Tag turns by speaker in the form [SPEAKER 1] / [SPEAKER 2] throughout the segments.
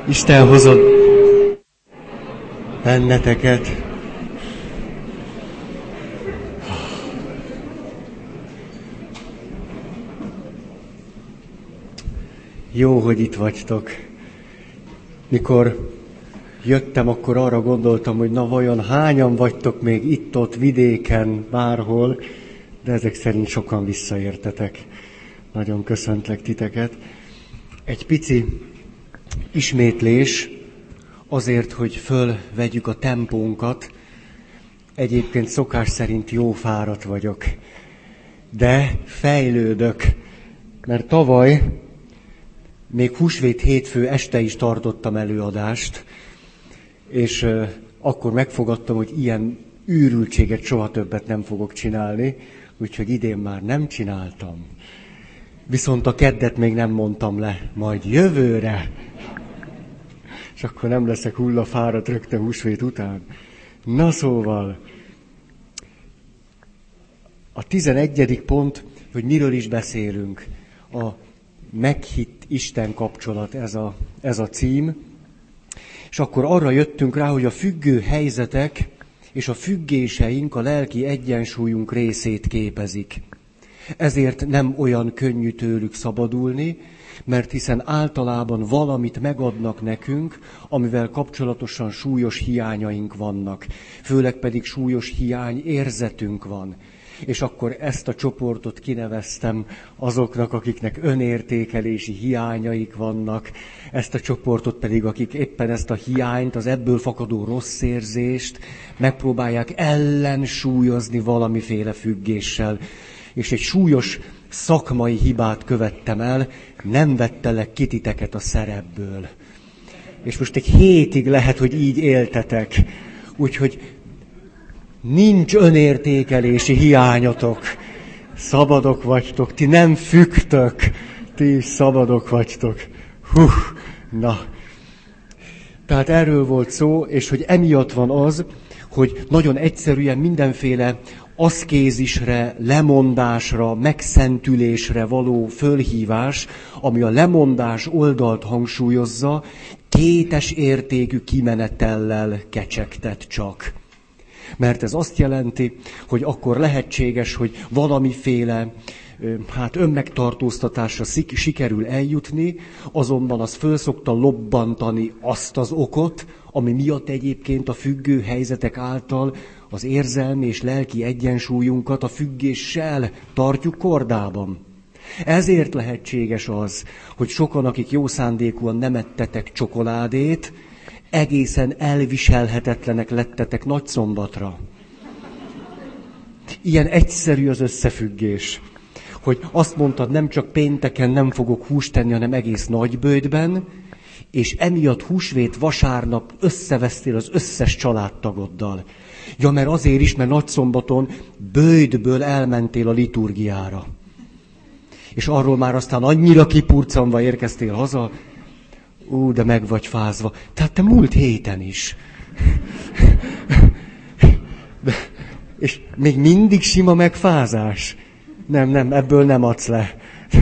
[SPEAKER 1] Isten hozott benneteket. Jó, hogy itt vagytok. Mikor jöttem, akkor arra gondoltam, hogy na vajon hányan vagytok még itt-ott vidéken, bárhol, de ezek szerint sokan visszaértetek. Nagyon köszöntlek titeket. Egy pici ismétlés azért, hogy fölvegyük a tempónkat. Egyébként szokás szerint jó fáradt vagyok, de fejlődök, mert tavaly még húsvét hétfő este is tartottam előadást, és akkor megfogadtam, hogy ilyen őrültséget soha többet nem fogok csinálni, úgyhogy idén már nem csináltam. Viszont a keddet még nem mondtam le, majd jövőre. És akkor nem leszek hullafáradt rögtön húsvét után. Na szóval, a 11. pont, hogy miről is beszélünk. A meghitt Isten kapcsolat, ez a cím. És akkor arra jöttünk rá, hogy a függő helyzetek és a függéseink a lelki egyensúlyunk részét képezik. Ezért nem olyan könnyű tőlük szabadulni, mert hiszen általában valamit megadnak nekünk, amivel kapcsolatosan súlyos hiányaink vannak. Főleg pedig súlyos hiány érzetünk van. És akkor ezt a csoportot kineveztem azoknak, akiknek önértékelési hiányaik vannak, ezt a csoportot pedig, akik éppen ezt a hiányt, az ebből fakadó rossz érzést megpróbálják ellensúlyozni valamiféle függéssel. És egy súlyos szakmai hibát követtem el, nem vettelek ki titeket a szerepből. És most egy hétig lehet, hogy így éltetek. Úgyhogy nincs önértékelési hiányotok. Szabadok vagytok, ti nem függtök, ti is szabadok vagytok. Na. Tehát erről volt szó, és hogy emiatt van az, hogy nagyon egyszerűen mindenféle aszkézisre, lemondásra, megszentülésre való fölhívás, ami a lemondás oldalt hangsúlyozza, kétes értékű kimenetellel kecsegtet csak. Mert ez azt jelenti, hogy akkor lehetséges, hogy valamiféle önmegtartóztatásra sikerül eljutni, azonban az föl szokta lobbantani azt az okot, ami miatt egyébként a függő helyzetek által az érzelmi és lelki egyensúlyunkat a függéssel tartjuk kordában. Ezért lehetséges az, hogy sokan, akik jó szándékúan nem ettetek csokoládét, egészen elviselhetetlenek lettetek Nagyszombatra. Ilyen egyszerű az összefüggés, hogy azt mondtad, nem csak pénteken nem fogok húst tenni, hanem egész nagyböjtben, és emiatt húsvét vasárnap összevesztél az összes családtagoddal. Ja, mert azért is, mert Nagyszombaton böjtből elmentél a liturgiára. És arról már aztán annyira kipurcanva érkeztél haza, de meg vagy fázva. Tehát te múlt héten is. És még mindig sima megfázás. Nem, ebből nem adsz le.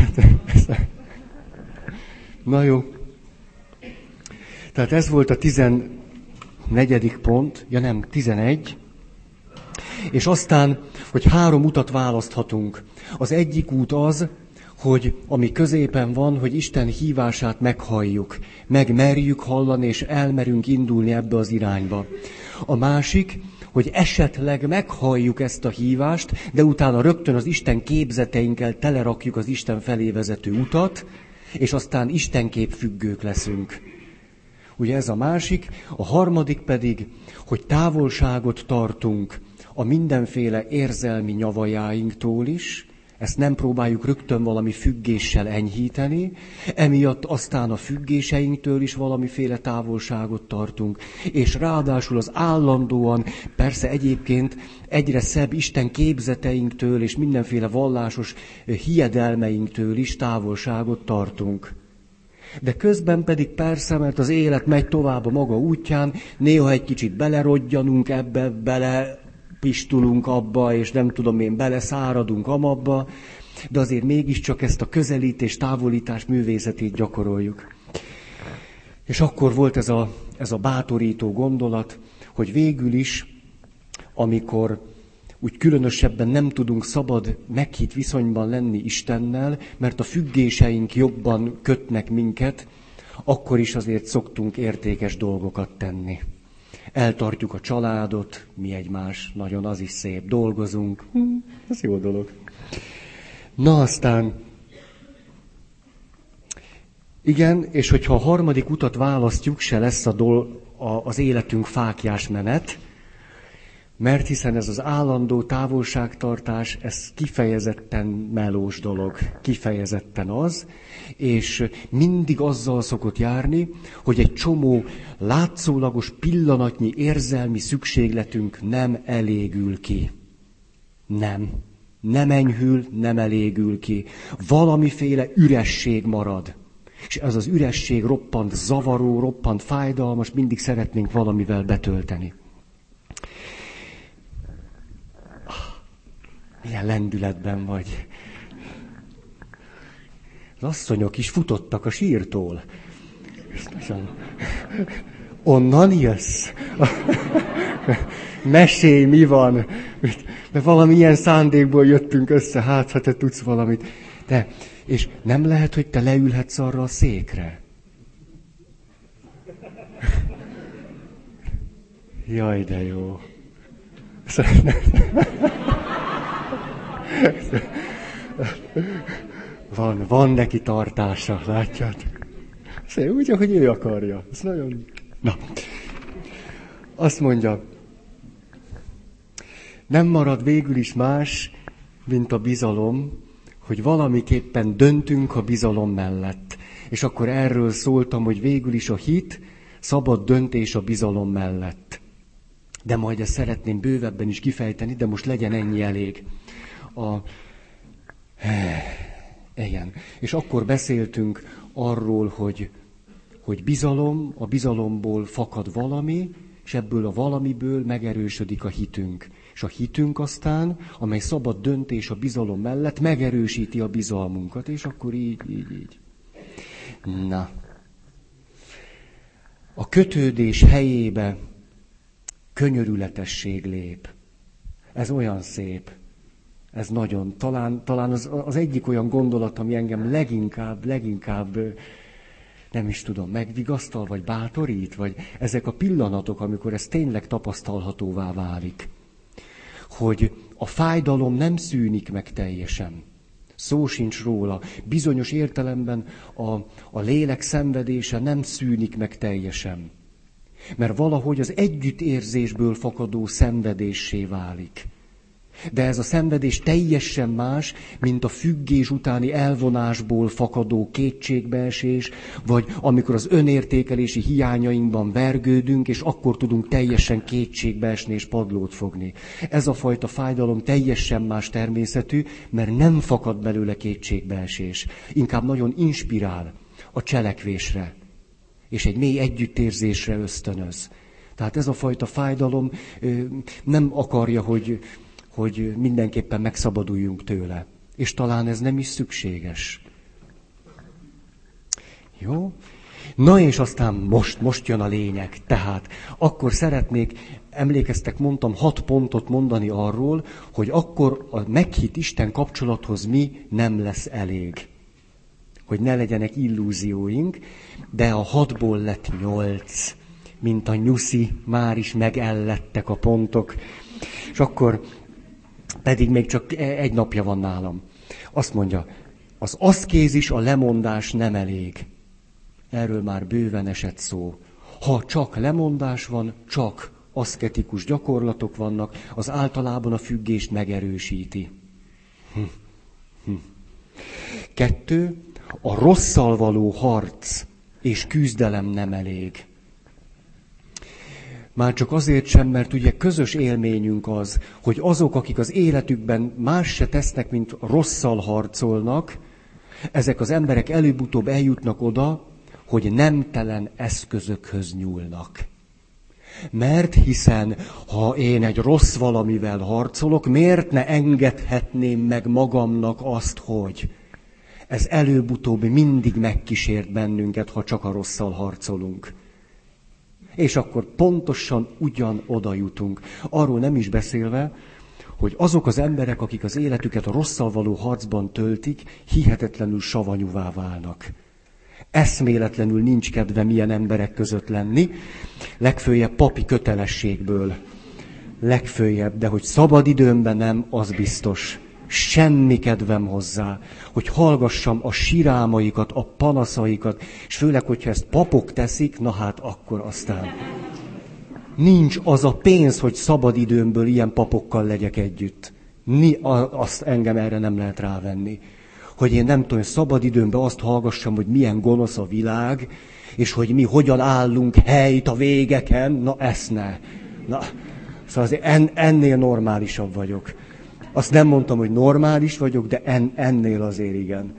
[SPEAKER 1] Na jó. Tehát ez volt a 14. pont, 11. És aztán, hogy 3 utat választhatunk. Az egyik út az, hogy ami középen van, hogy Isten hívását meghalljuk, megmerjük hallani, és elmerünk indulni ebbe az irányba. A másik, hogy esetleg meghalljuk ezt a hívást, de utána rögtön az Isten képzeteinkkel telerakjuk az Isten felé vezető utat, és aztán Istenkép függők leszünk. Ugye ez a másik. A harmadik pedig, hogy távolságot tartunk a mindenféle érzelmi nyavajáinktól is, ezt nem próbáljuk rögtön valami függéssel enyhíteni, emiatt aztán a függéseinktől is valamiféle távolságot tartunk, és ráadásul az állandóan, persze egyébként egyre szebb Isten képzeteinktől és mindenféle vallásos hiedelmeinktől is távolságot tartunk. De közben pedig persze, mert az élet megy tovább a maga útján, néha egy kicsit belerodjanunk ebbe, belepistulunk abba, és nem tudom én, beleszáradunk amabba, de azért mégiscsak ezt a közelítés, távolítás művészetét gyakoroljuk. És akkor volt ez a bátorító gondolat, hogy végül is, amikor úgy különösebben nem tudunk szabad, meghitt viszonyban lenni Istennel, mert a függéseink jobban kötnek minket, akkor is azért szoktunk értékes dolgokat tenni. Eltartjuk a családot, mi egymás, nagyon az is szép, dolgozunk, ez jó dolog. Na aztán, igen, és hogyha a harmadik utat választjuk, se lesz az életünk fáklyás menet, mert hiszen ez az állandó távolságtartás, ez kifejezetten melós dolog, kifejezetten az, és mindig azzal szokott járni, hogy egy csomó látszólagos pillanatnyi érzelmi szükségletünk nem elégül ki. Nem enyhül, nem elégül ki. Valamiféle üresség marad. És ez az üresség roppant zavaró, roppant fájdalmas, mindig szeretnénk valamivel betölteni. Milyen lendületben vagy. Az asszonyok is futottak a sírtól. Onnan jössz? Mesélj, mi van? Mert valamilyen szándékból jöttünk össze, hát ha te tudsz valamit. De, és nem lehet, hogy te leülhetsz arra a székre? Jaj, de jó. Van neki tartása, látjátok? Úgy, ahogy ő akarja. Ez nagyon... Na, azt mondja, nem marad végül is más, mint a bizalom, hogy valamiképpen döntünk a bizalom mellett. És akkor erről szóltam, hogy végül is a hit szabad döntés a bizalom mellett. De majd ezt szeretném bővebben is kifejteni, de most legyen ennyi elég. Igen. És akkor beszéltünk arról, hogy bizalom, a bizalomból fakad valami, és ebből a valamiből megerősödik a hitünk. És a hitünk aztán, amely szabad döntés a bizalom mellett, megerősíti a bizalmunkat, és akkor így. Na. A kötődés helyébe könyörületesség lép. Ez olyan szép. Ez nagyon, talán az egyik olyan gondolat, ami engem leginkább, nem is tudom, megvigasztal, vagy bátorít, vagy ezek a pillanatok, amikor ez tényleg tapasztalhatóvá válik. Hogy a fájdalom nem szűnik meg teljesen. Szó sincs róla. Bizonyos értelemben a lélek szenvedése nem szűnik meg teljesen. Mert valahogy az együttérzésből fakadó szenvedéssé válik. De ez a szenvedés teljesen más, mint a függés utáni elvonásból fakadó kétségbeesés, vagy amikor az önértékelési hiányainkban vergődünk, és akkor tudunk teljesen kétségbeesni és padlót fogni. Ez a fajta fájdalom teljesen más természetű, mert nem fakad belőle kétségbeesés. Inkább nagyon inspirál a cselekvésre, és egy mély együttérzésre ösztönöz. Tehát ez a fajta fájdalom nem akarja, hogy mindenképpen megszabaduljunk tőle. És talán ez nem is szükséges. Jó? Na és aztán most jön a lényeg. Tehát akkor szeretnék, emlékeztek, mondtam 6 pontot mondani arról, hogy akkor a meghitt Isten kapcsolathoz mi nem lesz elég. Hogy ne legyenek illúzióink, de a 6-ból lett 8. Mint a nyuszi, már is megellettek a pontok. És akkor pedig még csak egy napja van nálam. Azt mondja, az aszkézis, a lemondás nem elég. Erről már bőven esett szó. Ha csak lemondás van, csak aszketikus gyakorlatok vannak, az általában a függést megerősíti. 2. A rosszal való harc és küzdelem nem elég. Már csak azért sem, mert ugye közös élményünk az, hogy azok, akik az életükben más se tesznek, mint rosszal harcolnak, ezek az emberek előbb-utóbb eljutnak oda, hogy nemtelen eszközökhöz nyúlnak. Mert hiszen, ha én egy rossz valamivel harcolok, miért ne engedhetném meg magamnak azt, hogy Ez előbb-utóbb mindig megkísért bennünket, ha csak a rosszal harcolunk. És akkor pontosan ugyanoda jutunk. Arról nem is beszélve, hogy azok az emberek, akik az életüket a rosszal való harcban töltik, hihetetlenül savanyúvá válnak. Eszméletlenül nincs kedve milyen emberek között lenni, legföljebb papi kötelességből. Legföljebb, de hogy szabad időmben nem, az biztos. Semmi kedvem hozzá, hogy hallgassam a sirámaikat, a panaszaikat, és főleg, hogyha ezt papok teszik, na hát akkor aztán. Nincs az a pénz, hogy szabad időmből ilyen papokkal legyek együtt. Azt engem erre nem lehet rávenni. Hogy én nem tudom, szabad időmben azt hallgassam, hogy milyen gonosz a világ, és hogy mi hogyan állunk helyt a végeken, na ezt ne. Na, szóval azért ennél normálisabb vagyok. Azt nem mondtam, hogy normális vagyok, de ennél azért igen.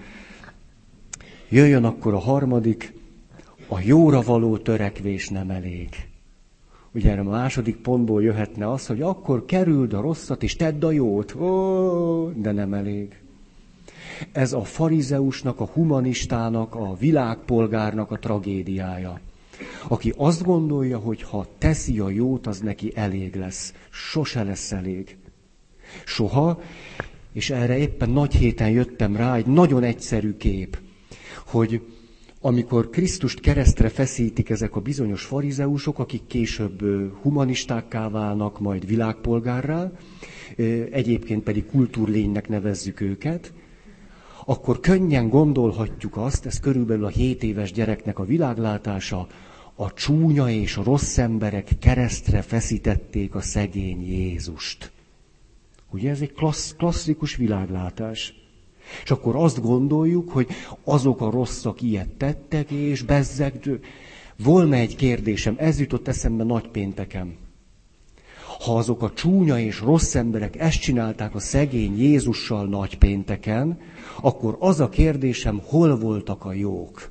[SPEAKER 1] Jöjjön akkor a harmadik, a jóra való törekvés nem elég. Ugye erre a második pontból jöhetne az, hogy akkor kerüld a rosszat és tedd a jót. De nem elég. Ez a farizeusnak, a humanistának, a világpolgárnak a tragédiája. Aki azt gondolja, hogy ha teszi a jót, az neki elég lesz. Sose lesz elég. Soha, és erre éppen nagy héten jöttem rá egy nagyon egyszerű kép, hogy amikor Krisztust keresztre feszítik ezek a bizonyos farizeusok, akik később humanistákká válnak, majd világpolgárrá, egyébként pedig kultúrlénynek nevezzük őket, akkor könnyen gondolhatjuk azt, ez körülbelül a 7 éves gyereknek a világlátása, a csúnya és a rossz emberek keresztre feszítették a szegény Jézust. Ugye ez egy klasszikus világlátás. És akkor azt gondoljuk, hogy azok a rosszak ilyet tettek, és bezzeg. Volna egy kérdésem, ez jutott eszembe nagypénteken. Ha azok a csúnya és rossz emberek ezt csinálták a szegény Jézussal nagypénteken, akkor az a kérdésem, hol voltak a jók?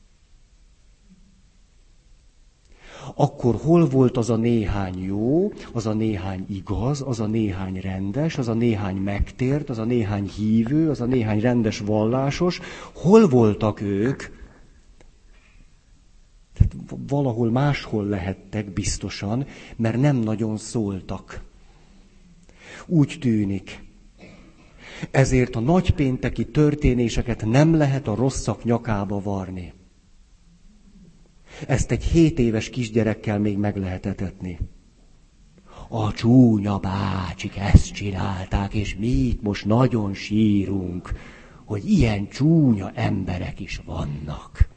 [SPEAKER 1] Akkor hol volt az a néhány jó, az a néhány igaz, az a néhány rendes, az a néhány megtért, az a néhány hívő, az a néhány rendes vallásos? Hol voltak ők? Tehát valahol máshol lehettek biztosan, mert nem nagyon szóltak. Úgy tűnik. Ezért a nagypénteki történéseket nem lehet a rosszak nyakába varni. Ezt egy 7 éves kisgyerekkel még meg lehet etetni. A csúnya bácsik ezt csinálták, és mi itt most nagyon sírunk, hogy ilyen csúnya emberek is vannak.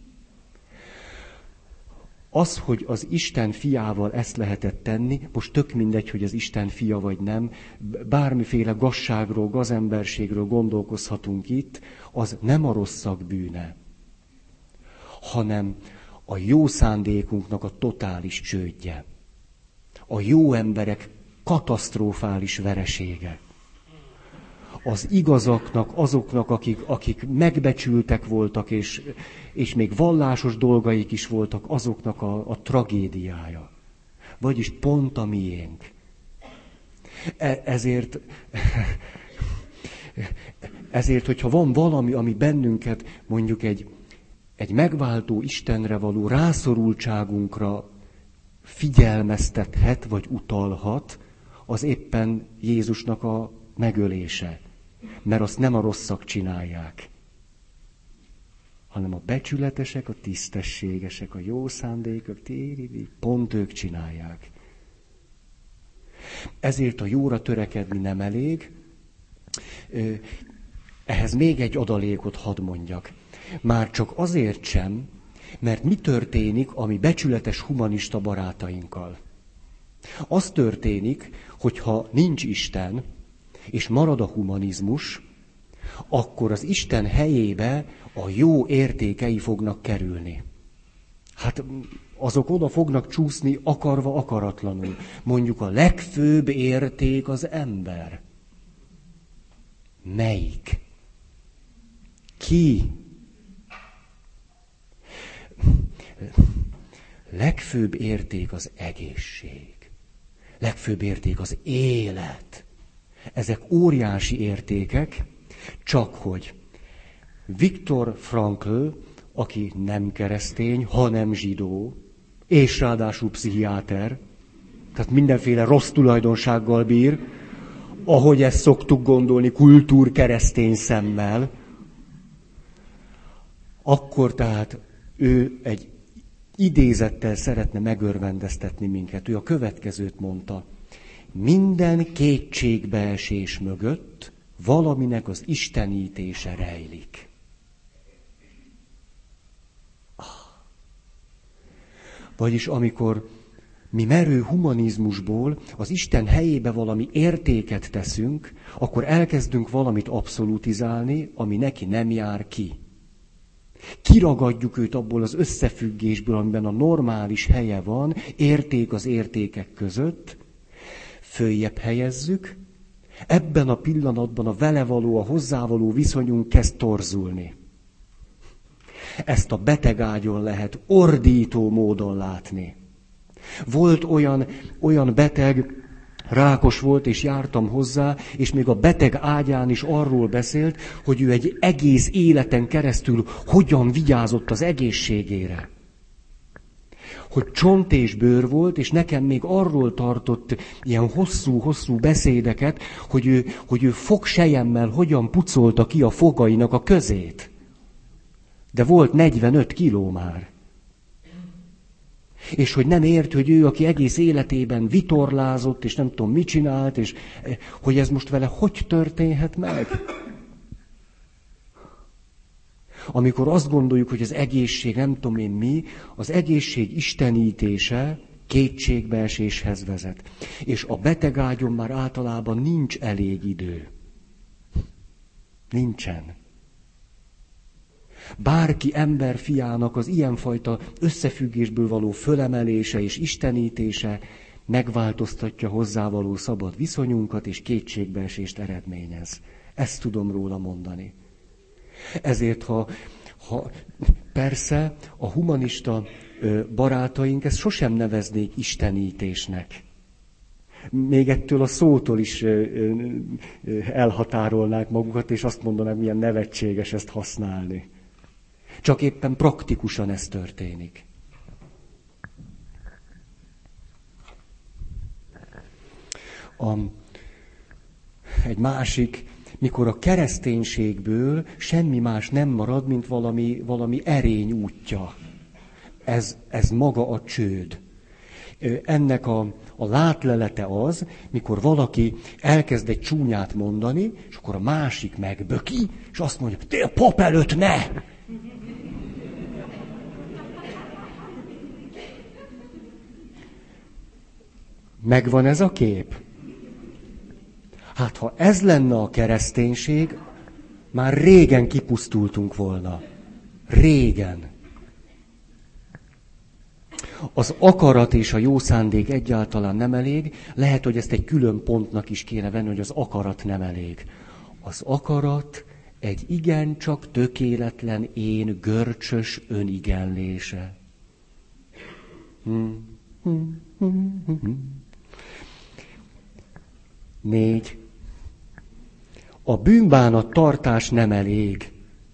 [SPEAKER 1] Az, hogy az Isten fiával ezt lehetett tenni, most tök mindegy, hogy az Isten fia vagy nem, bármiféle gazságról, gazemberségről gondolkozhatunk itt, az nem a rosszak bűne, hanem a jó szándékunknak a totális csődje. A jó emberek katasztrofális veresége. Az igazaknak, azoknak, akik megbecsültek voltak, és még vallásos dolgaik is voltak, azoknak a tragédiája. Vagyis pont a miénk. Ezért, hogyha van valami, ami bennünket mondjuk egy megváltó Istenre való rászorultságunkra figyelmeztethet, vagy utalhat, az éppen Jézusnak a megölése. Mert azt nem a rosszak csinálják, hanem a becsületesek, a tisztességesek, a jó szándékok, pont ők csinálják. Ezért a jóra törekedni nem elég. Ehhez még egy adalékot hadd mondjak. Már csak azért sem, mert mi történik a mi becsületes humanista barátainkkal? Az történik, hogyha nincs Isten, és marad a humanizmus, akkor az Isten helyébe a jó értékei fognak kerülni. Hát azok oda fognak csúszni akarva, akaratlanul. Mondjuk a legfőbb érték az ember. Melyik? Ki? Legfőbb érték az egészség. Legfőbb érték az élet. Ezek óriási értékek, csak hogy Viktor Frankl, aki nem keresztény, hanem zsidó, és ráadásul pszichiáter, tehát mindenféle rossz tulajdonsággal bír, ahogy ezt szoktuk gondolni, kultúrkeresztény szemmel, akkor tehát ő egy idézettel szeretne megörvendeztetni minket. Ő a következőt mondta: minden kétségbeesés mögött valaminek az istenítése rejlik. Vagyis amikor mi merő humanizmusból az Isten helyébe valami értéket teszünk, akkor elkezdünk valamit abszolutizálni, ami neki nem jár ki. Kiragadjuk őt abból az összefüggésből, amiben a normális helye van, érték az értékek között, följebb helyezzük, ebben a pillanatban a vele való, a hozzávaló viszonyunk kezd torzulni. Ezt a betegágyon lehet ordító módon látni. Volt olyan beteg, rákos volt, és jártam hozzá, és még a beteg ágyán is arról beszélt, hogy ő egy egész életen keresztül hogyan vigyázott az egészségére. Hogy csont és bőr volt, és nekem még arról tartott ilyen hosszú-hosszú beszédeket, hogy ő fogselyemmel hogyan pucolta ki a fogainak a közét. De volt 45 kiló már. És hogy nem ért, hogy ő, aki egész életében vitorlázott, és nem tudom, mit csinált, és hogy ez most vele hogy történhet meg? Amikor azt gondoljuk, hogy az egészség, nem tudom én mi, az egészség istenítése kétségbeeséshez vezet. És a betegágyon már általában nincs elég idő. Nincsen. Bárki ember fiának az ilyenfajta összefüggésből való fölemelése és istenítése megváltoztatja hozzávaló szabad viszonyunkat, és kétségbeesést eredményez. Ezt tudom róla mondani. Ezért, ha persze a humanista barátaink ezt sosem neveznék istenítésnek. Még ettől a szótól is elhatárolnák magukat, és azt mondanák, milyen nevetséges ezt használni. Csak éppen praktikusan ez történik. Egy másik, mikor a kereszténységből semmi más nem marad, mint valami erény útja. Ez maga a csőd. Ennek a látlelete az, mikor valaki elkezd egy csúnyát mondani, és akkor a másik megböki, és azt mondja, te a pap előtt ne! Megvan ez a kép? Hát ha ez lenne a kereszténység, már régen kipusztultunk volna. Régen. Az akarat és a jó szándék egyáltalán nem elég. Lehet, hogy ezt egy külön pontnak is kéne venni, hogy az akarat nem elég. Az akarat egy igencsak tökéletlen én görcsös önigenlése. 4. A bűnbánat tartás nem elég.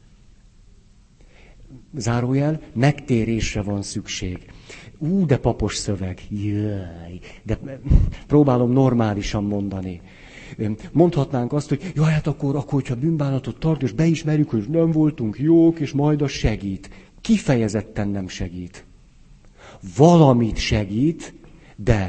[SPEAKER 1] Zárójel, megtérésre van szükség. De papos szöveg. Jaj, de próbálom normálisan mondani. Mondhatnánk azt, hogy jaj, hát akkor, hogyha bűnbánatot tart, és beismerjük, hogy nem voltunk jók, és majd az segít. Kifejezetten nem segít. Valamit segít, de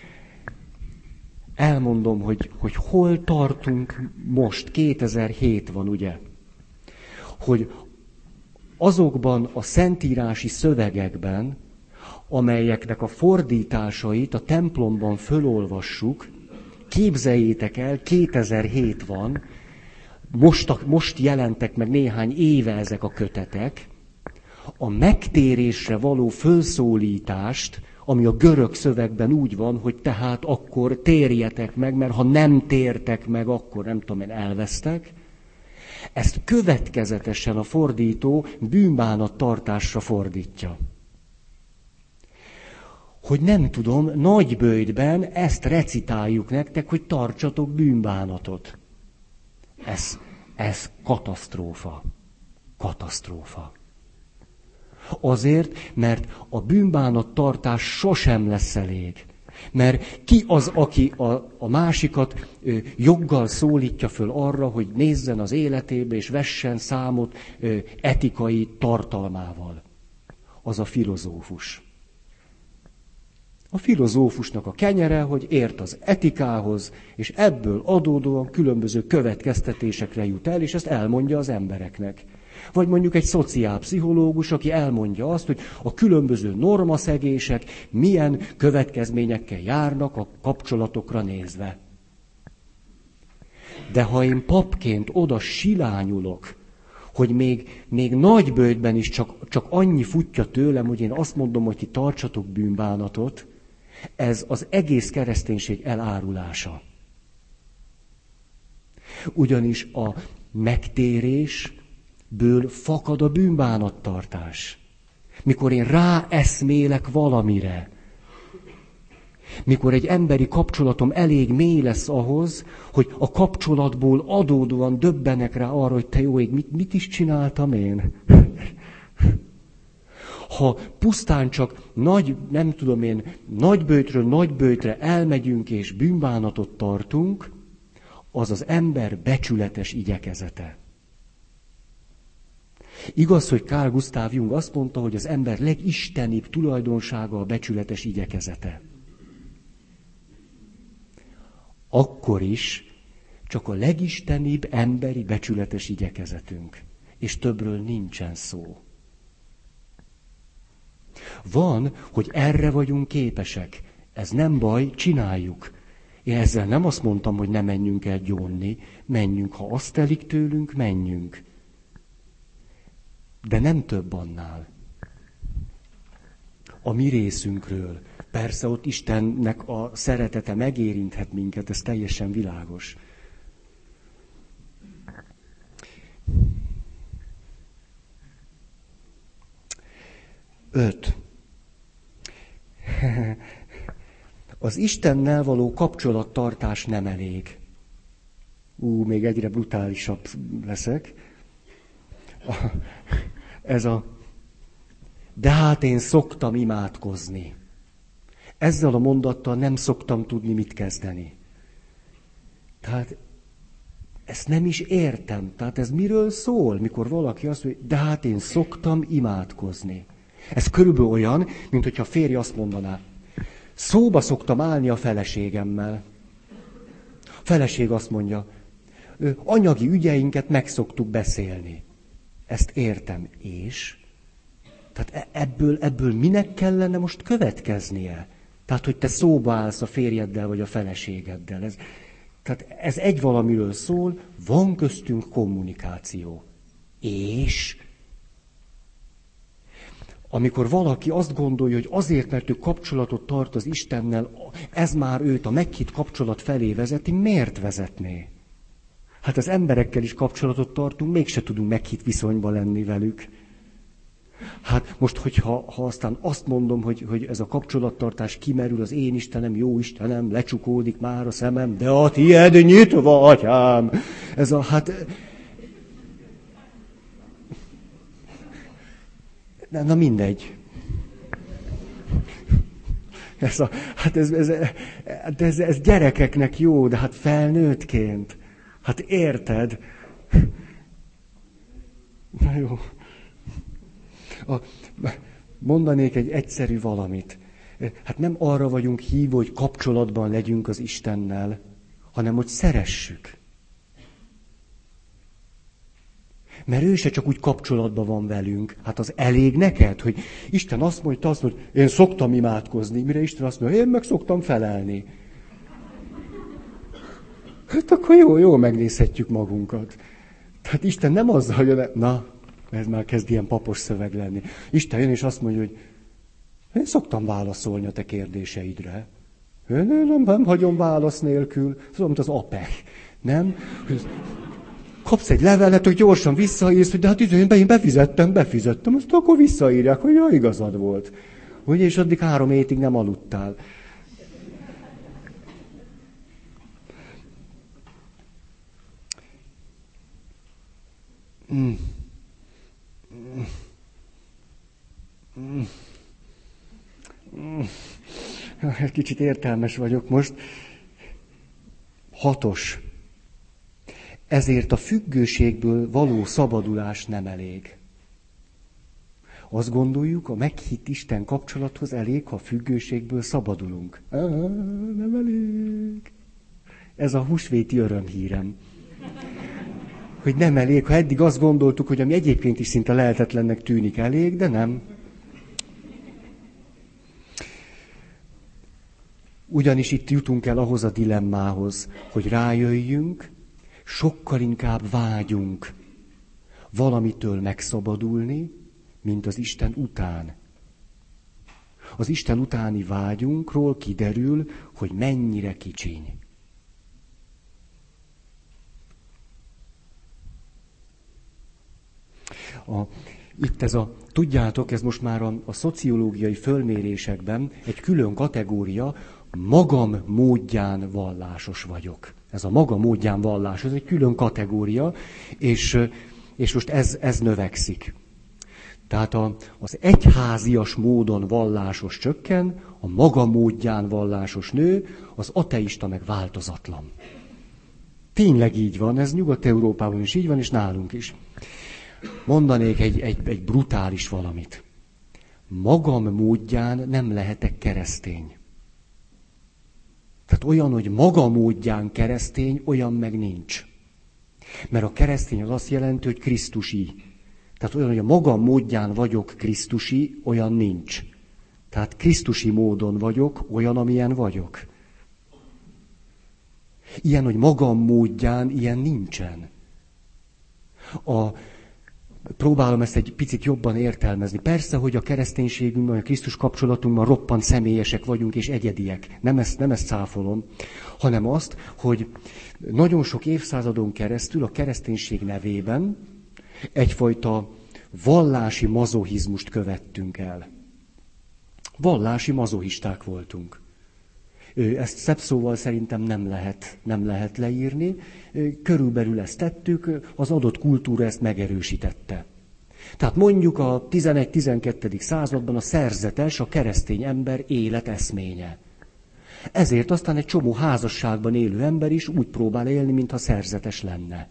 [SPEAKER 1] elmondom, hogy hol tartunk most, 2007 van, ugye? Hogy azokban a szentírási szövegekben, amelyeknek a fordításait a templomban fölolvassuk, képzeljétek el, 2007 van, most jelentek meg néhány éve ezek a kötetek, a megtérésre való fölszólítást, ami a görög szövegben úgy van, hogy tehát akkor térjetek meg, mert ha nem tértek meg, akkor nem tudom én, elvesztek. Ezt következetesen a fordító bűnbánat tartásra fordítja. Hogy nem tudom, nagyböjtben ezt recitáljuk nektek, hogy tartsatok bűnbánatot. Ez katasztrófa. Katasztrófa. Azért, mert a bűnbánattartás sosem lesz elég. Mert ki az, aki a másikat joggal szólítja föl arra, hogy nézzen az életébe és vessen számot etikai tartalmával? Az a filozófus. A filozófusnak a kenyere, hogy ért az etikához, és ebből adódóan különböző következtetésekre jut el, és ezt elmondja az embereknek. Vagy mondjuk egy szociálpszichológus, aki elmondja azt, hogy a különböző normaszegések milyen következményekkel járnak a kapcsolatokra nézve. De ha én papként oda silányulok, hogy még nagy bőjtben is csak annyi futja tőlem, hogy én azt mondom, hogy ti tartsatok bűnbánatot, ez az egész kereszténység elárulása. Ugyanis a megtérésből fakad a bűnbánattartás. Mikor én ráeszmélek valamire, mikor egy emberi kapcsolatom elég mély lesz ahhoz, hogy a kapcsolatból adódóan döbbenek rá arra, hogy te jó ég, mit is csináltam én? Ha pusztán csak nagybőjtről nagybőjtre elmegyünk és bűnbánatot tartunk, az az ember becsületes igyekezete. Igaz, hogy Carl Gustav Jung azt mondta, hogy az ember legistenibb tulajdonsága a becsületes igyekezete. Akkor is csak a legistenibb emberi becsületes igyekezetünk. És többről nincsen szó. Van, hogy erre vagyunk képesek. Ez nem baj, csináljuk. Én ezzel nem azt mondtam, hogy ne menjünk el gyónni. Menjünk, ha azt telik tőlünk, menjünk. De nem több annál. A mi részünkről. Persze ott Istennek a szeretete megérinthet minket, ez teljesen világos. Öt. Az Istennel való kapcsolattartás nem elég. Még egyre brutálisabb leszek. De hát én szoktam imádkozni. Ezzel a mondattal nem szoktam tudni, mit kezdeni. Tehát ezt nem is értem. Tehát ez miről szól, mikor valaki azt mondja, de hát én szoktam imádkozni. Ez körülbelül olyan, mint hogyha a férj azt mondaná, szóba szoktam állni a feleségemmel. A feleség azt mondja, anyagi ügyeinket meg szoktuk beszélni. Ezt értem, és? Tehát ebből minek kellene most következnie? Tehát, hogy te szóba állsz a férjeddel vagy a feleségeddel. Tehát ez egy valamiről szól, van köztünk kommunikáció. És amikor valaki azt gondolja, hogy azért, mert ő kapcsolatot tart az Istennel, ez már őt a meghitt kapcsolat felé vezeti, miért vezetné? Hát az emberekkel is kapcsolatot tartunk, mégse tudunk meghitt viszonyban lenni velük. Hát most, hogyha aztán azt mondom, hogy ez a kapcsolattartás kimerül, az én Istenem, jó Istenem, lecsukódik már a szemem, de a tied nyitva, atyám. Na mindegy. Ez gyerekeknek jó, de hát felnőttként. Hát érted? Na jó. Mondanék egy egyszerű valamit. Hát nem arra vagyunk hívva, hogy kapcsolatban legyünk az Istennel, hanem hogy szeressük. Mert ő se csak úgy kapcsolatban van velünk. Hát az elég neked, hogy Isten azt mondja, én szoktam imádkozni, mire Isten azt mondja, én meg szoktam felelni. Hát akkor jó megnézhetjük magunkat. Tehát Isten nem azzal, hogy ez már kezd ilyen papos szöveg lenni. Isten jön és azt mondja, hogy én szoktam válaszolni a te kérdéseidre. Én nem hagyom válasz nélkül. Szóval, mint az APEC. Nem? Kapsz egy levelet, hogy gyorsan visszaírsz, hogy de hát én befizettem, azt akkor visszaírják, hogy ja, igazad volt. Ugye, és addig 3 hétig nem aludtál. Kicsit értelmes vagyok most. 6. Ezért a függőségből való szabadulás nem elég. Azt gondoljuk, a meghitt Isten kapcsolathoz elég, ha a függőségből szabadulunk. Nem elég. Ez a húsvéti örömhírem. Hogy nem elég, ha eddig azt gondoltuk, hogy ami egyébként is szinte lehetetlennek tűnik, elég, de nem. Ugyanis itt jutunk el ahhoz a dilemmához, hogy rájöjjünk, sokkal inkább vágyunk valamitől megszabadulni, mint az Isten után. Az Isten utáni vágyunkról kiderül, hogy mennyire kicsiny. Tudjátok, ez most már a szociológiai fölmérésekben egy külön kategória, magam módján vallásos vagyok. Ez a maga módján vallás, ez egy külön kategória, és most ez növekszik. Tehát az egyházias módon vallásos csökken, a maga módján vallásos nő, az ateista meg változatlan. Tényleg így van, ez Nyugat-Európában is így van, és nálunk is. Mondanék egy brutális valamit. Magam módján nem lehetek keresztény. Tehát olyan, hogy maga módján keresztény, olyan meg nincs. Mert a keresztény az azt jelenti, hogy krisztusi. Tehát olyan, hogy a maga módján vagyok krisztusi, olyan nincs. Tehát krisztusi módon vagyok, olyan, amilyen vagyok. Ilyen, hogy magam módján, ilyen nincsen. Próbálom ezt egy picit jobban értelmezni. Persze, hogy a kereszténységünkben, a Krisztus kapcsolatunkban roppant személyesek vagyunk és egyediek. Nem ezt cáfolom, hanem azt, hogy nagyon sok évszázadon keresztül a kereszténység nevében egyfajta vallási mazohizmust követtünk el. Vallási mazohisták voltunk. Ezt szebb szóval szerintem nem lehet leírni. Körülbelül ezt tettük, az adott kultúra ezt megerősítette. Tehát mondjuk a 11-12. században a szerzetes, a keresztény ember életeszménye. Ezért aztán egy csomó házasságban élő ember is úgy próbál élni, mintha szerzetes lenne.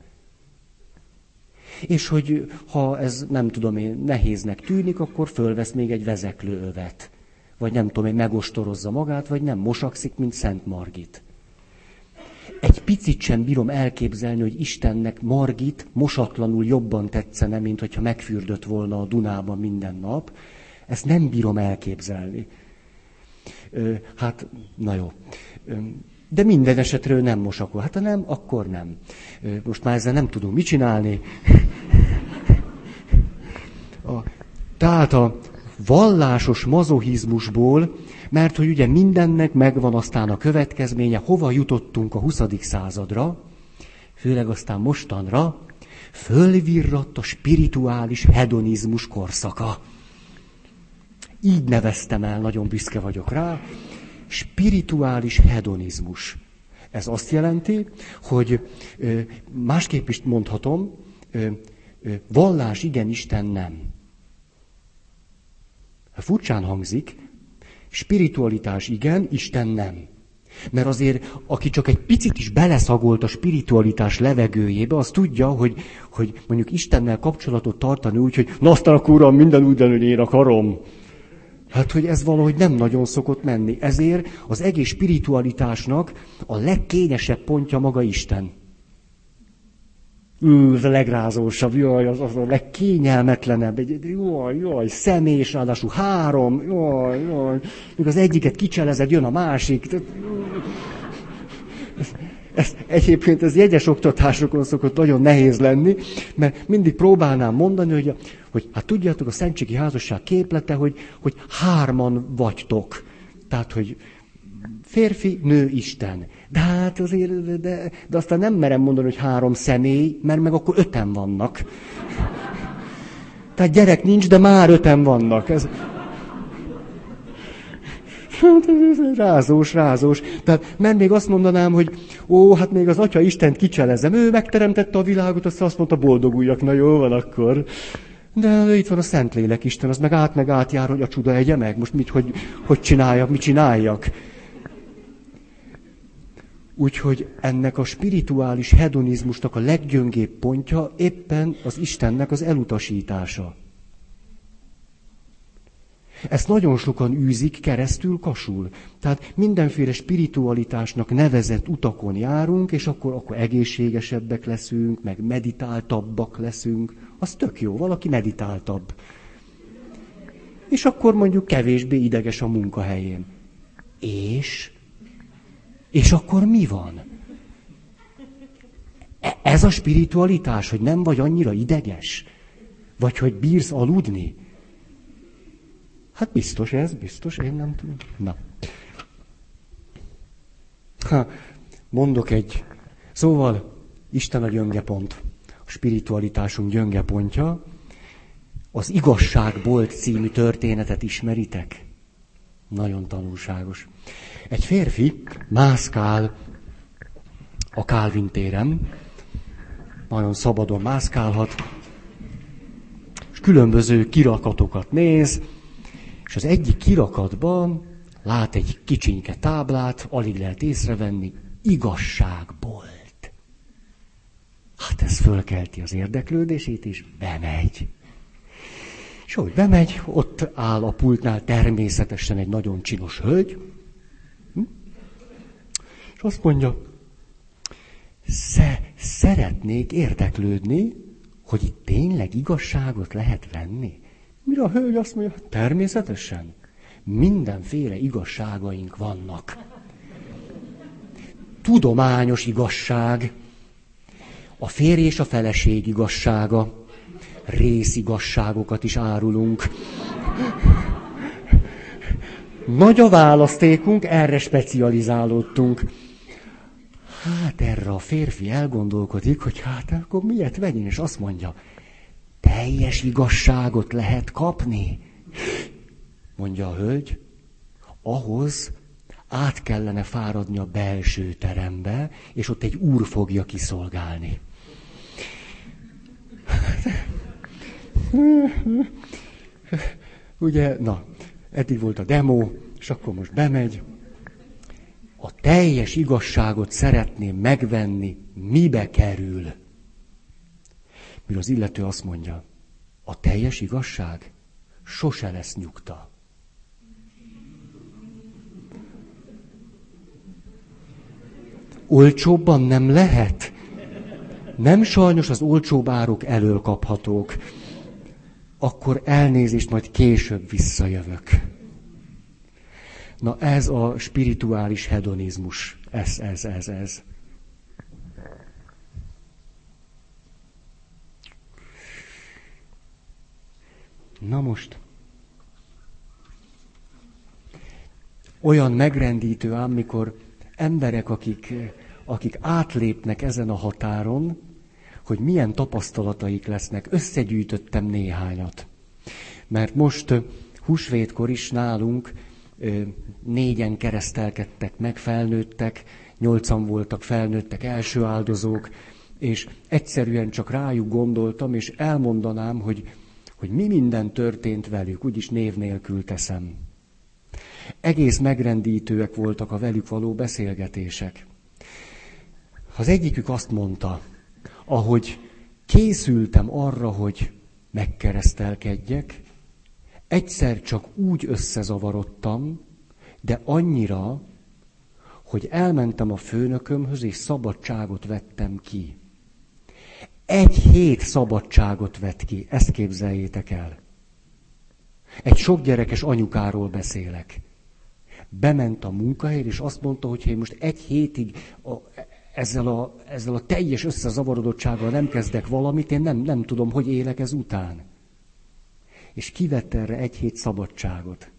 [SPEAKER 1] És hogy ha ez, nem tudom én, nehéznek tűnik, akkor fölvesz még egy vezeklőövet. Vagy nem tudom én, megostorozza magát, vagy nem mosakszik, mint Szent Margit. Egy picit sem bírom elképzelni, hogy Istennek Margit mosatlanul jobban tetszene, mint hogyha megfürdött volna a Dunában minden nap. Ezt nem bírom elképzelni. Na jó. De minden esetről nem mosakol. Hát ha nem, akkor nem. Most már ezzel nem tudunk mit csinálni. Tehát a vallásos mazohizmusból, mert hogy ugye mindennek megvan aztán a következménye, hova jutottunk a 20. századra, főleg aztán mostanra, fölvirradt a spirituális hedonizmus korszaka. Így neveztem el, nagyon büszke vagyok rá, spirituális hedonizmus. Ez azt jelenti, hogy másképp is mondhatom, vallás igen, Isten nem. Furcsán hangzik, spiritualitás igen, Isten nem. Mert azért, aki csak egy picit is beleszagolt a spiritualitás levegőjébe, az tudja, hogy mondjuk Istennel kapcsolatot tartani úgy, hogy na aztán akkor Uram, minden úgy lenni, hogy én akarom. Hát, hogy ez valahogy nem nagyon szokott menni. Ezért az egész spiritualitásnak a legkényesebb pontja maga Isten. Ez a legrázósabb, jaj, az a legkényelmetlenebb, jaj, személyes, ráadásul 3, jaj, még az egyiket kicselezed, jön a másik. Egyébként ez jegyes oktatásokon szokott nagyon nehéz lenni, mert mindig próbálnám mondani, hogy hát tudjátok, a szentségi házasság képlete, hogy 3 vagytok. Tehát, hogy férfi, nő, Isten. De hát azért, de aztán nem merem mondani, hogy 3 személy, mert meg akkor 5-en vannak. Tehát gyerek nincs, de már 5-en vannak. Ez rázós. Tehát, mert még azt mondanám, hogy hát még az Atya Istent kicselezem. Ő megteremtette a világot, aztán azt mondta, boldoguljak, na jó van akkor. De itt van a Szentlélek Isten, az meg átjár, hogy a csuda egye meg. Most hogy csináljak, mit csináljak? Úgyhogy ennek a spirituális hedonizmusnak a leggyöngébb pontja éppen az Istennek az elutasítása. Ezt nagyon sokan űzik keresztül kasul. Tehát mindenféle spiritualitásnak nevezett utakon járunk, és akkor egészségesebbek leszünk, meg meditáltabbak leszünk. Az tök jó, valaki meditáltabb. És akkor mondjuk kevésbé ideges a munkahelyén. És akkor mi van? Ez a spiritualitás, hogy nem vagy annyira ideges? Vagy hogy bírsz aludni? Hát biztos, én nem tudom. Na. Mondok Szóval, Isten a gyöngepont. A spiritualitásunk gyöngepontja. Az Igazságbolt című történetet ismeritek? Nagyon tanulságos. Egy férfi mászkál a Kálvin téren, nagyon szabadon mászkálhat, és különböző kirakatokat néz, és az egyik kirakatban lát egy kicsinke táblát, alig lehet észrevenni, Igazságbolt. Hát ez fölkelti az érdeklődését, és bemegy. És ahogy bemegy, ott áll a pultnál természetesen egy nagyon csinos hölgy, és azt mondja, szeretnék érdeklődni, hogy itt tényleg igazságot lehet venni. Mire a hölgy azt mondja, természetesen, mindenféle igazságaink vannak. Tudományos igazság, a férj és a feleség igazsága, részigazságokat is árulunk. Nagy a választékunk, erre specializálódtunk. Hát erre a férfi elgondolkodik, hogy hát akkor miért vegyen, és azt mondja, teljes igazságot lehet kapni? Mondja a hölgy, ahhoz át kellene fáradni a belső terembe, és ott egy úr fogja kiszolgálni. Ugye, na, eddig volt a demo, és akkor most bemegy. A teljes igazságot szeretném megvenni, mibe kerül? Mire az illető azt mondja, a teljes igazság sose lesz nyugta. Olcsóbban nem lehet? Nem sajnos az olcsóbb árok elől kaphatók. Akkor elnézést, majd később visszajövök. Na ez a spirituális hedonizmus. Ez. Na most. Olyan megrendítő ám, mikor emberek, akik átlépnek ezen a határon, hogy milyen tapasztalataik lesznek. Összegyűjtöttem néhányat. Mert most húsvétkor is nálunk 4 keresztelkedtek meg, felnőttek, 8 voltak felnőttek, első áldozók, és egyszerűen csak rájuk gondoltam, és elmondanám, hogy mi minden történt velük, úgyis név nélkül teszem. Egész megrendítőek voltak a velük való beszélgetések. Az egyikük azt mondta, ahogy készültem arra, hogy megkeresztelkedjek, egyszer csak úgy összezavarodtam, de annyira, hogy elmentem a főnökömhöz, és szabadságot vettem ki. 1 hét szabadságot vett ki, ezt képzeljétek el. Egy sokgyerekes anyukáról beszélek. Bement a munkahelyre, és azt mondta, hogy én most 1 hétig ezzel a teljes összezavarodottsággal nem kezdek valamit, én nem tudom, hogy élek ez után. És kivett erre 1 hét szabadságot.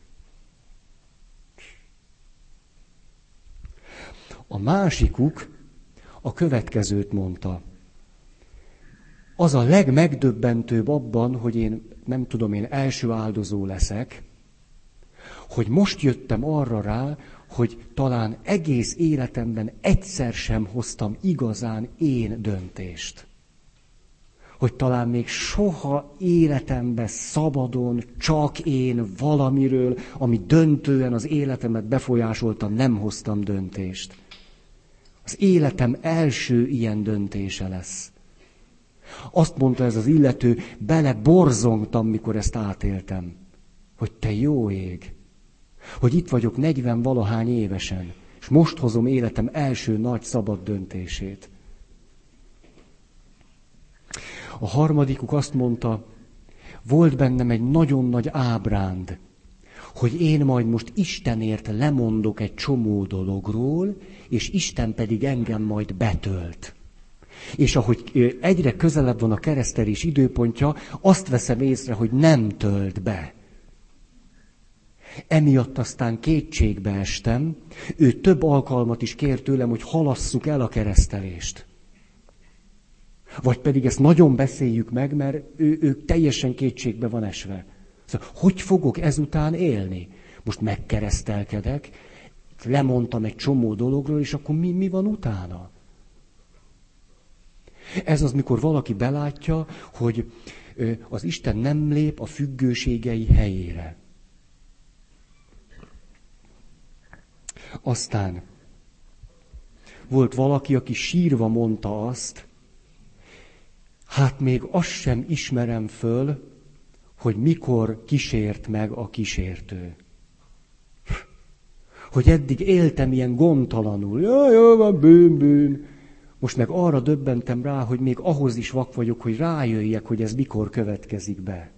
[SPEAKER 1] A másikuk a következőt mondta. Az a legmegdöbbentőbb abban, hogy én első áldozó leszek, hogy most jöttem arra rá, hogy talán egész életemben egyszer sem hoztam igazán én döntést. hogy talán még soha életemben szabadon, csak én valamiről, ami döntően az életemet befolyásolta, nem hoztam döntést. Az életem első ilyen döntése lesz. Azt mondta ez az illető, beleborzongtam, mikor ezt átéltem, hogy te jó ég, hogy itt vagyok 40-valahány évesen, és most hozom életem első nagy szabad döntését. A harmadikuk azt mondta, volt bennem egy nagyon nagy ábránd, hogy én majd most Istenért lemondok egy csomó dologról, és Isten pedig engem majd betölt. És ahogy egyre közelebb van a keresztelés időpontja, azt veszem észre, hogy nem tölt be. Emiatt aztán kétségbe estem, ő több alkalmat is kért tőlem, hogy halasszuk el a keresztelést. Vagy pedig ezt nagyon beszéljük meg, mert ő teljesen kétségbe van esve. Szóval, hogy fogok ezután élni? Most megkeresztelkedek, lemondtam egy csomó dologról, és akkor mi van utána? Ez az, mikor valaki belátja, hogy az Isten nem lép a függőségei helyére. Aztán volt valaki, aki sírva mondta azt, hát még azt sem ismerem föl, hogy mikor kísért meg a kísértő. Hogy eddig éltem ilyen gondtalanul, jó, van, bűn. Most meg arra döbbentem rá, hogy még ahhoz is vak vagyok, hogy rájöjjek, hogy ez mikor következik be.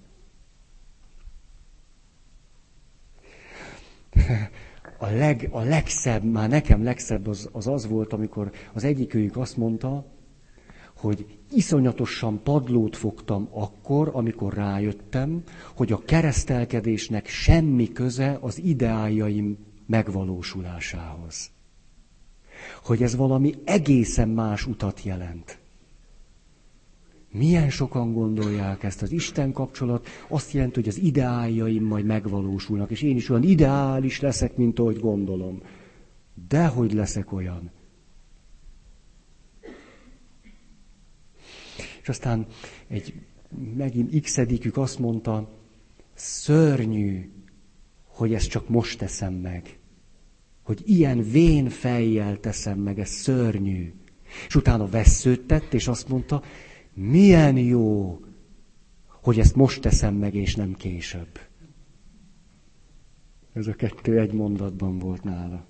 [SPEAKER 1] A legszebb, már nekem legszebb az volt, amikor az egyikőjük azt mondta, hogy iszonyatosan padlót fogtam akkor, amikor rájöttem, hogy a keresztelkedésnek semmi köze az ideáljaim megvalósulásához. Hogy ez valami egészen más utat jelent. Milyen sokan gondolják ezt, az Isten kapcsolat azt jelenti, hogy az ideáljaim majd megvalósulnak, és én is olyan ideális leszek, mint ahogy gondolom. Dehogy leszek olyan. És aztán megint x-edikük azt mondta, szörnyű, hogy ezt csak most teszem meg. Hogy ilyen vén fejjel teszem meg, ez szörnyű. És utána vessződtett, és azt mondta, milyen jó, hogy ezt most teszem meg, és nem később. Ez a kettő egy mondatban volt nála.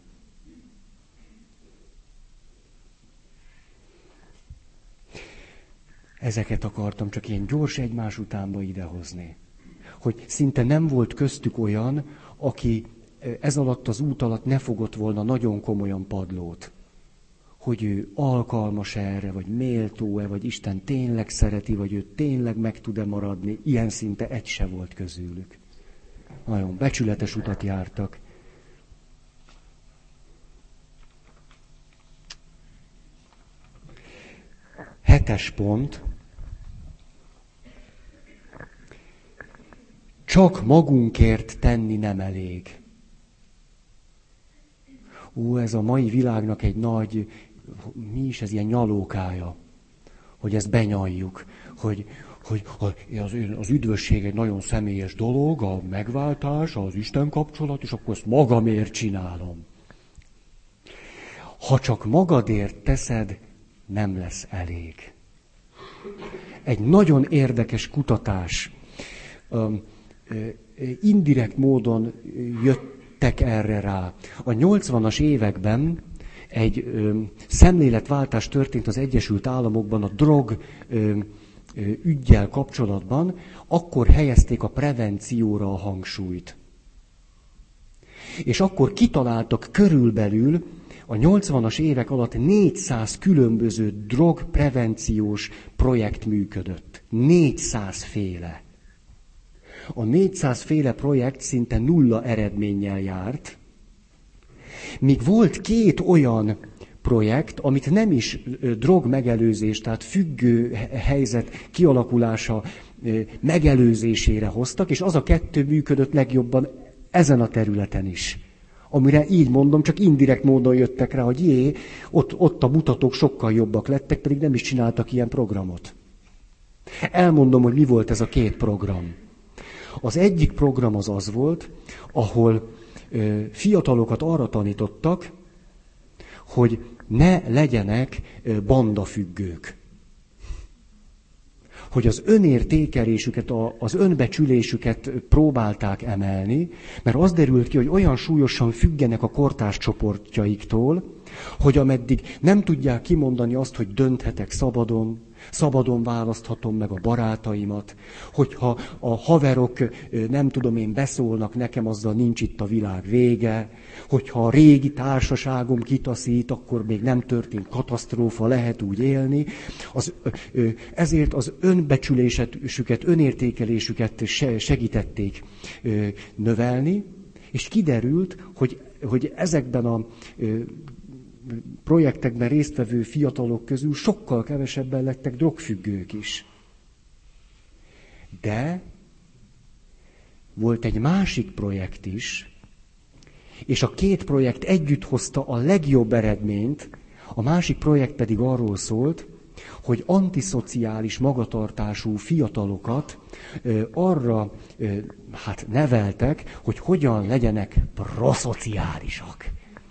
[SPEAKER 1] Ezeket akartam csak ilyen gyors egymás utánba idehozni. Hogy szinte nem volt köztük olyan, aki ez alatt az út alatt ne fogott volna nagyon komolyan padlót. Hogy ő alkalmas erre, vagy méltó-e, vagy Isten tényleg szereti, vagy ő tényleg meg tud-e maradni. Ilyen szinte egy se volt közülük. Nagyon becsületes utat jártak. Hetes pont. Csak magunkért tenni nem elég. Ez a mai világnak egy nagy, mi is ez, ilyen nyalókája, hogy ezt benyaljuk, hogy az üdvösség egy nagyon személyes dolog, a megváltás, az Isten kapcsolat, és akkor ezt magamért csinálom. Ha csak magadért teszed, nem lesz elég. Egy nagyon érdekes kutatás, indirekt módon jöttek erre rá. A 80-as években egy szemléletváltás történt az Egyesült Államokban a drog üggyel kapcsolatban, akkor helyezték a prevencióra a hangsúlyt. És akkor kitaláltak körülbelül, a 80-as évek alatt 400 különböző drogprevenciós projekt működött. 400 féle. A 400 féle projekt szinte nulla eredménnyel járt, míg volt 2 olyan projekt, amit nem is drogmegelőzés, tehát függő helyzet kialakulása megelőzésére hoztak, és az a 2 működött legjobban ezen a területen is. Amire így mondom, csak indirekt módon jöttek rá, hogy ott a mutatók sokkal jobbak lettek, pedig nem is csináltak ilyen programot. Elmondom, hogy mi volt ez a két program. Az egyik program az volt, ahol fiatalokat arra tanítottak, hogy ne legyenek bandafüggők. Hogy az önértékelésüket, az önbecsülésüket próbálták emelni, mert az derült ki, hogy olyan súlyosan függenek a kortárs csoportjaiktól, hogy ameddig nem tudják kimondani azt, hogy dönthetek szabadon választhatom meg a barátaimat, hogyha a haverok, nem tudom én, beszólnak nekem, azzal nincs itt a világ vége, hogyha a régi társaságom kitaszít, akkor még nem történt katasztrófa, lehet úgy élni. Ezért az önbecsülésüket, önértékelésüket segítették növelni, és kiderült, hogy ezekben a projektekben résztvevő fiatalok közül sokkal kevesebben lettek drogfüggők is. De volt egy másik projekt is, és a két projekt együtt hozta a legjobb eredményt, a másik projekt pedig arról szólt, hogy antiszociális magatartású fiatalokat arra neveltek, hogy hogyan legyenek proszociálisak.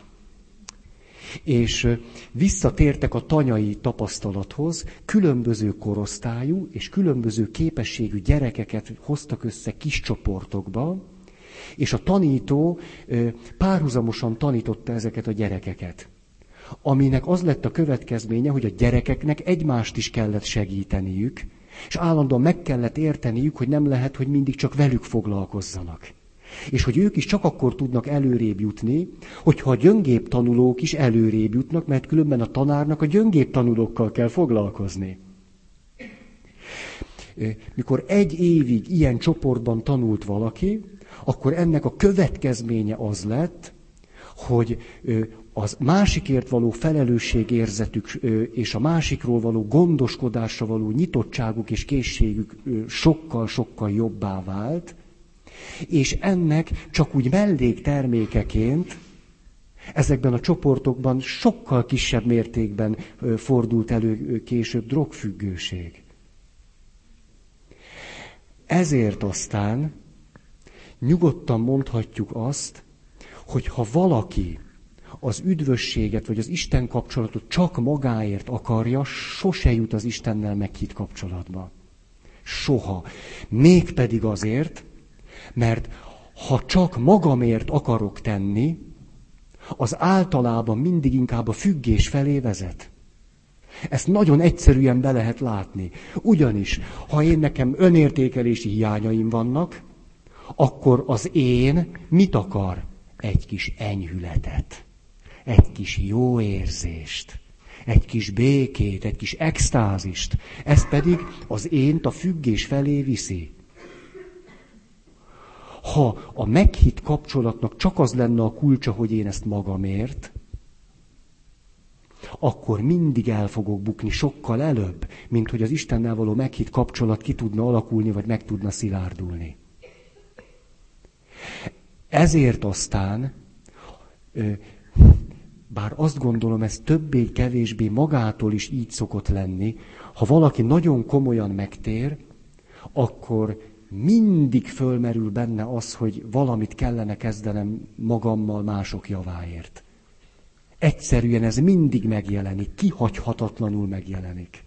[SPEAKER 1] És visszatértek a tanyai tapasztalathoz, különböző korosztályú és különböző képességű gyerekeket hoztak össze kis csoportokba, és a tanító párhuzamosan tanította ezeket a gyerekeket. Aminek az lett a következménye, hogy a gyerekeknek egymást is kellett segíteniük, és állandóan meg kellett érteniük, hogy nem lehet, hogy mindig csak velük foglalkozzanak. És hogy ők is csak akkor tudnak előrébb jutni, hogyha a gyöngébb tanulók is előrébb jutnak, mert különben a tanárnak a gyöngébb tanulókkal kell foglalkozni. Mikor egy évig ilyen csoportban tanult valaki, akkor ennek a következménye az lett, hogy az másikért való felelősségérzetük és a másikról való gondoskodásra való nyitottságuk és készségük sokkal-sokkal jobbá vált, és ennek csak úgy melléktermékeként ezekben a csoportokban sokkal kisebb mértékben fordult elő később drogfüggőség. Ezért aztán nyugodtan mondhatjuk azt, hogy ha valaki az üdvösséget vagy az Isten kapcsolatot csak magáért akarja, sose jut az Istennel meghitt kapcsolatba. Soha. Mégpedig azért, mert ha csak magamért akarok tenni, az általában mindig inkább a függés felé vezet. Ezt nagyon egyszerűen be lehet látni. Ugyanis, ha nekem önértékelési hiányaim vannak, akkor az én mit akar? Egy kis enyhületet, egy kis jó érzést, egy kis békét, egy kis extázist. Ez pedig az ént a függés felé viszi. Ha a meghitt kapcsolatnak csak az lenne a kulcsa, hogy én ezt magamért, akkor mindig el fogok bukni sokkal előbb, mint hogy az Istennel való meghitt kapcsolat ki tudna alakulni, vagy meg tudna szilárdulni. Ezért aztán, bár azt gondolom, ez többé-kevésbé magától is így szokott lenni, ha valaki nagyon komolyan megtér, akkor mindig fölmerül benne az, hogy valamit kellene kezdenem magammal mások javáért. Egyszerűen ez mindig megjelenik, kihagyhatatlanul megjelenik.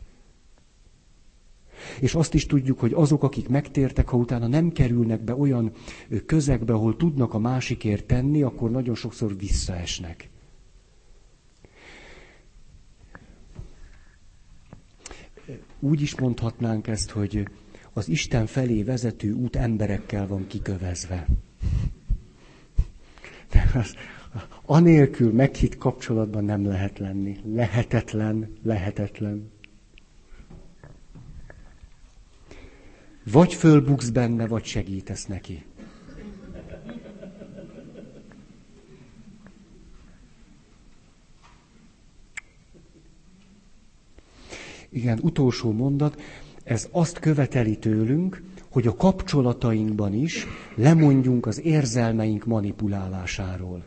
[SPEAKER 1] És azt is tudjuk, hogy azok, akik megtértek, ha utána nem kerülnek be olyan közegbe, ahol tudnak a másikért tenni, akkor nagyon sokszor visszaesnek. Úgy is mondhatnánk ezt, hogy az Isten felé vezető út emberekkel van kikövezve. De anélkül meghitt kapcsolatban nem lehet lenni. Lehetetlen. Vagy fölbuksz benne, vagy segítesz neki. Igen, utolsó mondat. Ez azt követeli tőlünk, hogy a kapcsolatainkban is lemondjunk az érzelmeink manipulálásáról.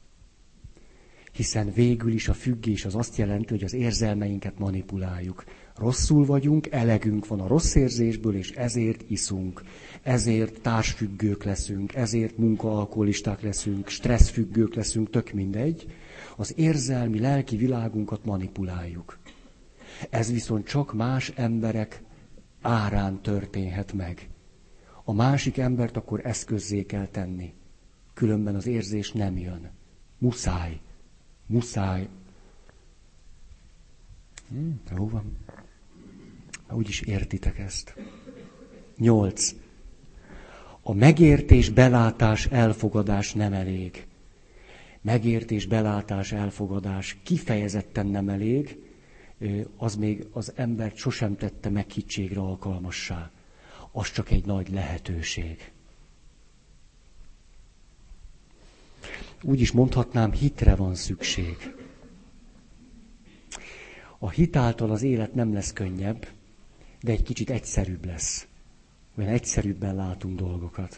[SPEAKER 1] Hiszen végül is a függés az azt jelenti, hogy az érzelmeinket manipuláljuk. Rosszul vagyunk, elegünk van a rossz érzésből, és ezért iszunk. Ezért társfüggők leszünk, ezért munkaalkoholisták leszünk, stresszfüggők leszünk, tök mindegy. Az érzelmi, lelki világunkat manipuláljuk. Ez viszont csak más emberek árán történhet meg. A másik embert akkor eszközzé kell tenni. Különben az érzés nem jön. Muszáj. Jó van. Úgyis értitek ezt. 8. A megértés, belátás, elfogadás nem elég. Megértés, belátás, elfogadás kifejezetten nem elég, az még az embert sosem tette meghittségre alkalmassá. Az csak egy nagy lehetőség. Úgy is mondhatnám, hitre van szükség. A hit által az élet nem lesz könnyebb, de egy kicsit egyszerűbb lesz. Olyan egyszerűbben látunk dolgokat.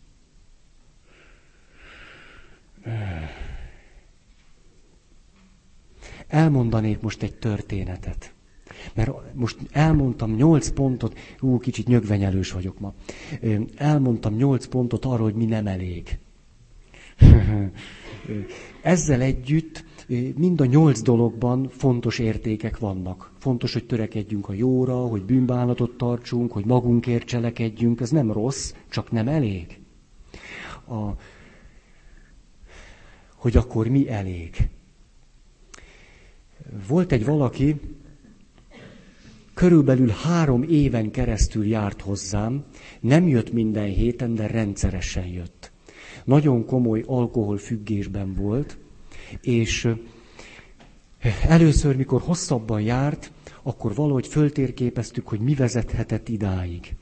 [SPEAKER 1] Elmondanék most egy történetet. Mert most elmondtam 8 pontot, kicsit nyögvenyelős vagyok ma. Elmondtam 8 pontot arról, hogy mi nem elég. Ezzel együtt mind a 8 dologban fontos értékek vannak. Fontos, hogy törekedjünk a jóra, hogy bűnbánatot tartsunk, hogy magunkért cselekedjünk. Ez nem rossz, csak nem elég. Hogy akkor mi elég? Volt egy valaki, körülbelül 3 éven keresztül járt hozzám, nem jött minden héten, de rendszeresen jött. Nagyon komoly alkoholfüggésben volt, és először, mikor hosszabban járt, akkor valahogy föltérképeztük, hogy mi vezethetett idáig.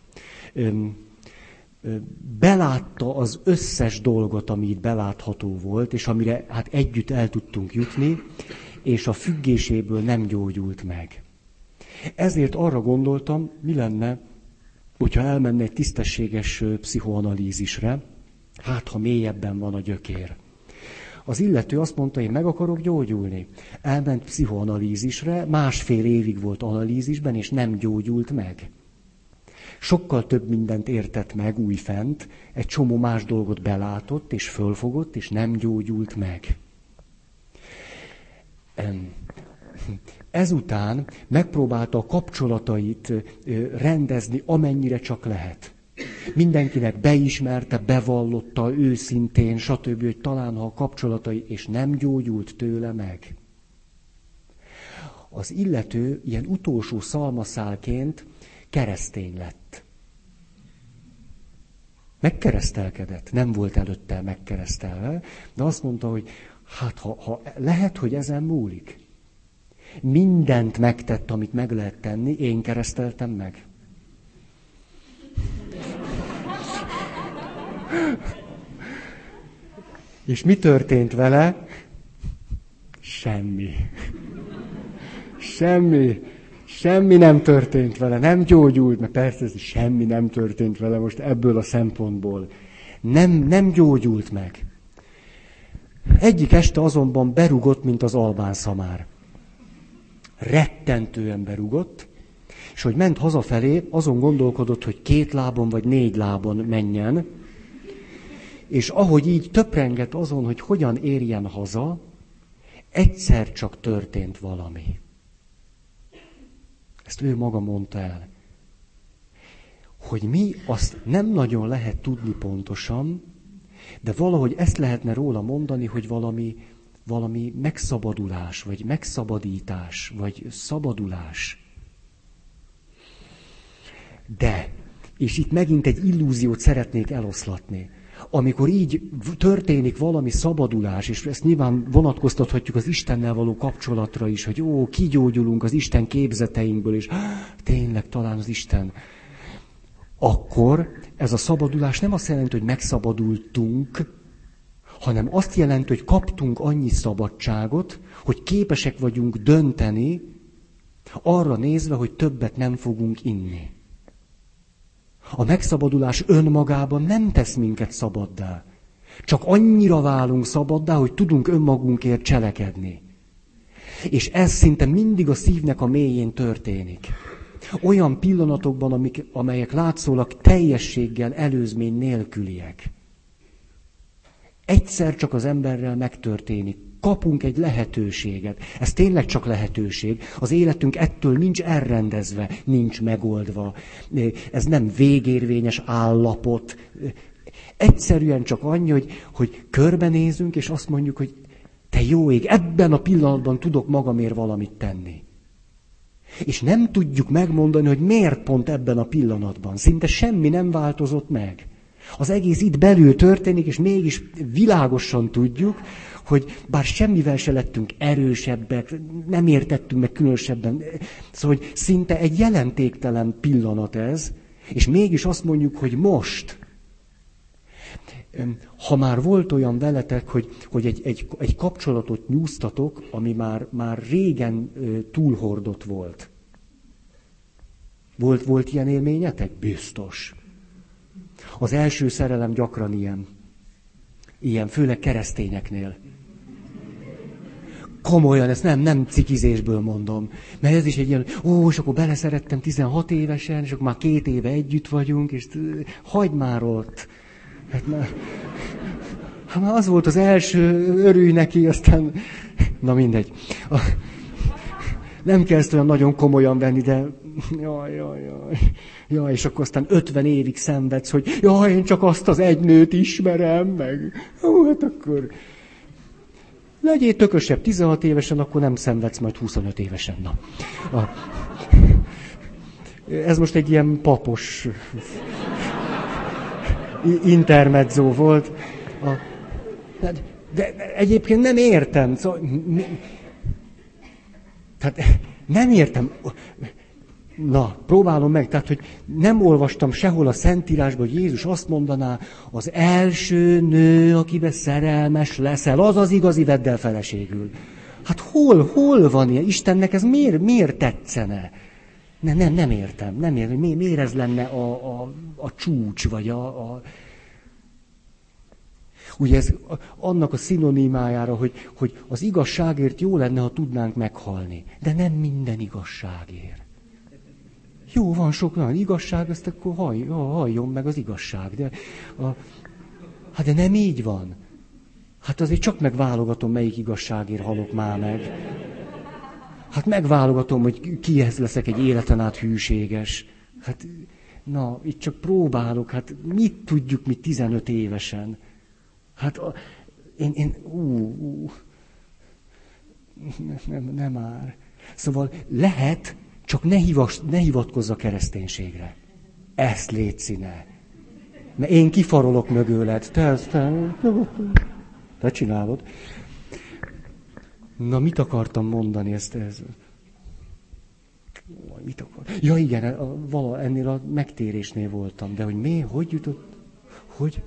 [SPEAKER 1] Belátta az összes dolgot, ami itt belátható volt, és amire hát együtt el tudtunk jutni, és a függéséből nem gyógyult meg. Ezért arra gondoltam, mi lenne, hogyha elmenne egy tisztességes pszichoanalízisre, hát ha mélyebben van a gyökér. Az illető azt mondta, én meg akarok gyógyulni. Elment pszichoanalízisre, 1,5 évig volt analízisben, és nem gyógyult meg. Sokkal több mindent értett meg újfent, egy csomó más dolgot belátott, és fölfogott, és nem gyógyult meg. Ezután megpróbálta a kapcsolatait rendezni, amennyire csak lehet. Mindenkinek beismerte, bevallotta őszintén, stb., hogy talán ha a kapcsolatai, és nem gyógyult tőle meg. Az illető ilyen utolsó szalmaszálként keresztény lett. Megkeresztelkedett, nem volt előtte megkeresztelve, de azt mondta, hogy hát ha lehet, hogy ezen múlik. Mindent megtett, amit meg lehet tenni, én kereszteltem meg. És mi történt vele? Semmi. Semmi nem történt vele, nem gyógyult, mert persze semmi nem történt vele most ebből a szempontból. Nem gyógyult meg. Egyik este azonban berugott, mint az albán szamár. Rettentően berugott, és hogy ment hazafelé, azon gondolkodott, hogy 2 lábon vagy 4 lábon menjen, és ahogy így töprengett azon, hogy hogyan érjen haza, egyszer csak történt valami. Ezt ő maga mondta el. Hogy mi, azt nem nagyon lehet tudni pontosan, de valahogy ezt lehetne róla mondani, hogy valami megszabadulás, vagy megszabadítás, vagy szabadulás. De, és itt megint egy illúziót szeretnék eloszlatni. Amikor így történik valami szabadulás, és ezt nyilván vonatkoztathatjuk az Istennel való kapcsolatra is, hogy kigyógyulunk az Isten képzeteinkből, és tényleg talán az Isten. Akkor ez a szabadulás nem azt jelenti, hogy megszabadultunk, hanem azt jelenti, hogy kaptunk annyi szabadságot, hogy képesek vagyunk dönteni, arra nézve, hogy többet nem fogunk inni. A megszabadulás önmagában nem tesz minket szabaddá. Csak annyira válunk szabaddá, hogy tudunk önmagunkért cselekedni. És ez szinte mindig a szívnek a mélyén történik. Olyan pillanatokban, amelyek látszólag teljességgel előzmény nélküliek. Egyszer csak az emberrel megtörténik. Kapunk egy lehetőséget. Ez tényleg csak lehetőség. Az életünk ettől nincs elrendezve, nincs megoldva. Ez nem végérvényes állapot. Egyszerűen csak annyi, hogy körbenézünk, és azt mondjuk, hogy te jó ég, ebben a pillanatban tudok magamért valamit tenni. És nem tudjuk megmondani, hogy miért pont ebben a pillanatban. Szinte semmi nem változott meg. Az egész itt belül történik, és mégis világosan tudjuk, hogy bár semmivel se lettünk erősebbek, nem értettünk meg különösebben. Szóval, hogy szinte egy jelentéktelen pillanat ez, és mégis azt mondjuk, hogy most. Ha már volt olyan veletek, hogy egy kapcsolatot nyújtatok, ami már régen túlhordott volt. Volt ilyen élményetek? Biztos. Az első szerelem gyakran ilyen. Ilyen, főleg keresztényeknél. Komolyan, ezt nem cikizésből mondom. Mert ez is egy ilyen, és akkor beleszerettem 16 évesen, és akkor már 2 éve együtt vagyunk, és hagyd már ott. Hát már az volt az első, örülj neki, aztán... Na mindegy. Nem kell ezt olyan nagyon komolyan venni, de... Jaj, és akkor aztán 50 évig szenvedsz, hogy én csak azt az egy nőt ismerem, meg... Hát akkor... Legyél tökösebb 16 évesen, akkor nem szenvedsz majd 25 évesen. Na. Ez most egy ilyen papos... intermezzo volt. De egyébként nem értem. Szóval, tehát nem értem. Na, próbálom meg. Tehát, hogy nem olvastam sehol a Szentírásban, hogy Jézus azt mondaná, az első nő, akibe szerelmes leszel, az az igazi, vedd el feleségül. Hát hol van ilyen? Istennek ez miért tetszene? Nem értem. Miért ez lenne a csúcs, vagy a... Ugye ez annak a szinonimájára, hogy az igazságért jó lenne, ha tudnánk meghalni. De nem minden igazságért. Jó, van sok olyan igazság, ezt akkor halljon meg az igazság. De nem így van. Hát azért csak megválogatom, melyik igazságért halok már meg. Hát megválogatom, hogy kihez leszek egy életen át hűséges. Hát, itt csak próbálok, hát mit tudjuk mi 15 évesen? Hát nem már. Szóval lehet, csak ne hivatkozz a kereszténységre. Ezt létszíne. Mert én kifarolok mögőled. Te csinálod. Na, mit akartam mondani ezt? Mit akar? Ja igen, ennél a megtérésnél voltam, de hogy jutott? Hogy?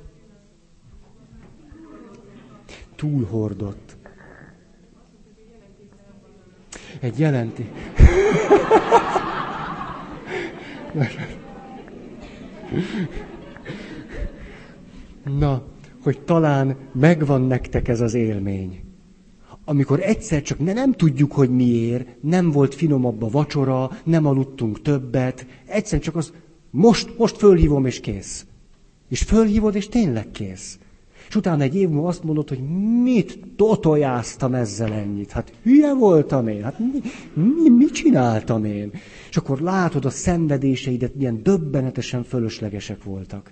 [SPEAKER 1] Túlhordott. Egy jelenti. Na, hogy talán megvan nektek ez az élmény. Amikor egyszer csak nem tudjuk, hogy miért, nem volt finomabb a vacsora, nem aludtunk többet, egyszer csak az, most fölhívom és kész. És fölhívod és tényleg kész. És utána egy év múlva azt mondod, hogy mit totojáztam ezzel ennyit. Hát hülye voltam én, hát mit csináltam én? És akkor látod a szenvedéseidet, milyen döbbenetesen fölöslegesek voltak.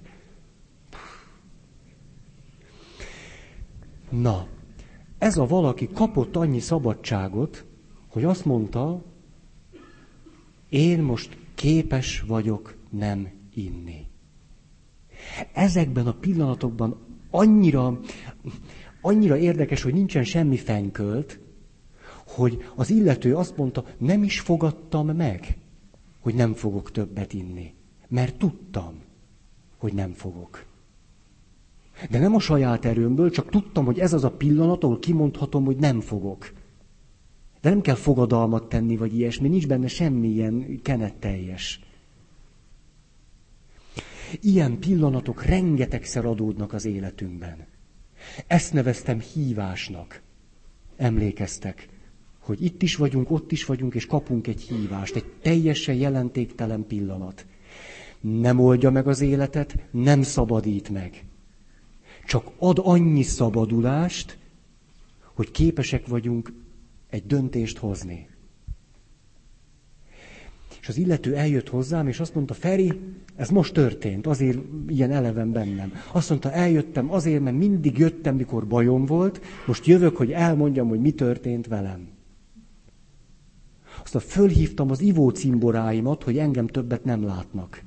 [SPEAKER 1] Na, ez a valaki kapott annyi szabadságot, hogy azt mondta, én most képes vagyok nem inni. Ezekben a pillanatokban annyira érdekes, hogy nincsen semmi fenkölt, hogy az illető azt mondta, nem is fogadtam meg, hogy nem fogok többet inni. Mert tudtam, hogy nem fogok. De nem a saját erőmből, csak tudtam, hogy ez az a pillanat, ahol kimondhatom, hogy nem fogok. De nem kell fogadalmat tenni, vagy ilyesmi, nincs benne semmilyen kenetteljes. Ilyen pillanatok rengetegszer adódnak az életünkben. Ezt neveztem hívásnak. Emlékeztek, hogy itt is vagyunk, ott is vagyunk, és kapunk egy hívást, egy teljesen jelentéktelen pillanat. Nem oldja meg az életet, nem szabadít meg. Csak ad annyi szabadulást, hogy képesek vagyunk egy döntést hozni. És az illető eljött hozzám, és azt mondta, Feri, ez most történt, azért ilyen eleven bennem. Azt mondta, eljöttem azért, mert mindig jöttem, mikor bajom volt, most jövök, hogy elmondjam, hogy mi történt velem. Aztán fölhívtam az ivó cimboráimat, hogy engem többet nem látnak.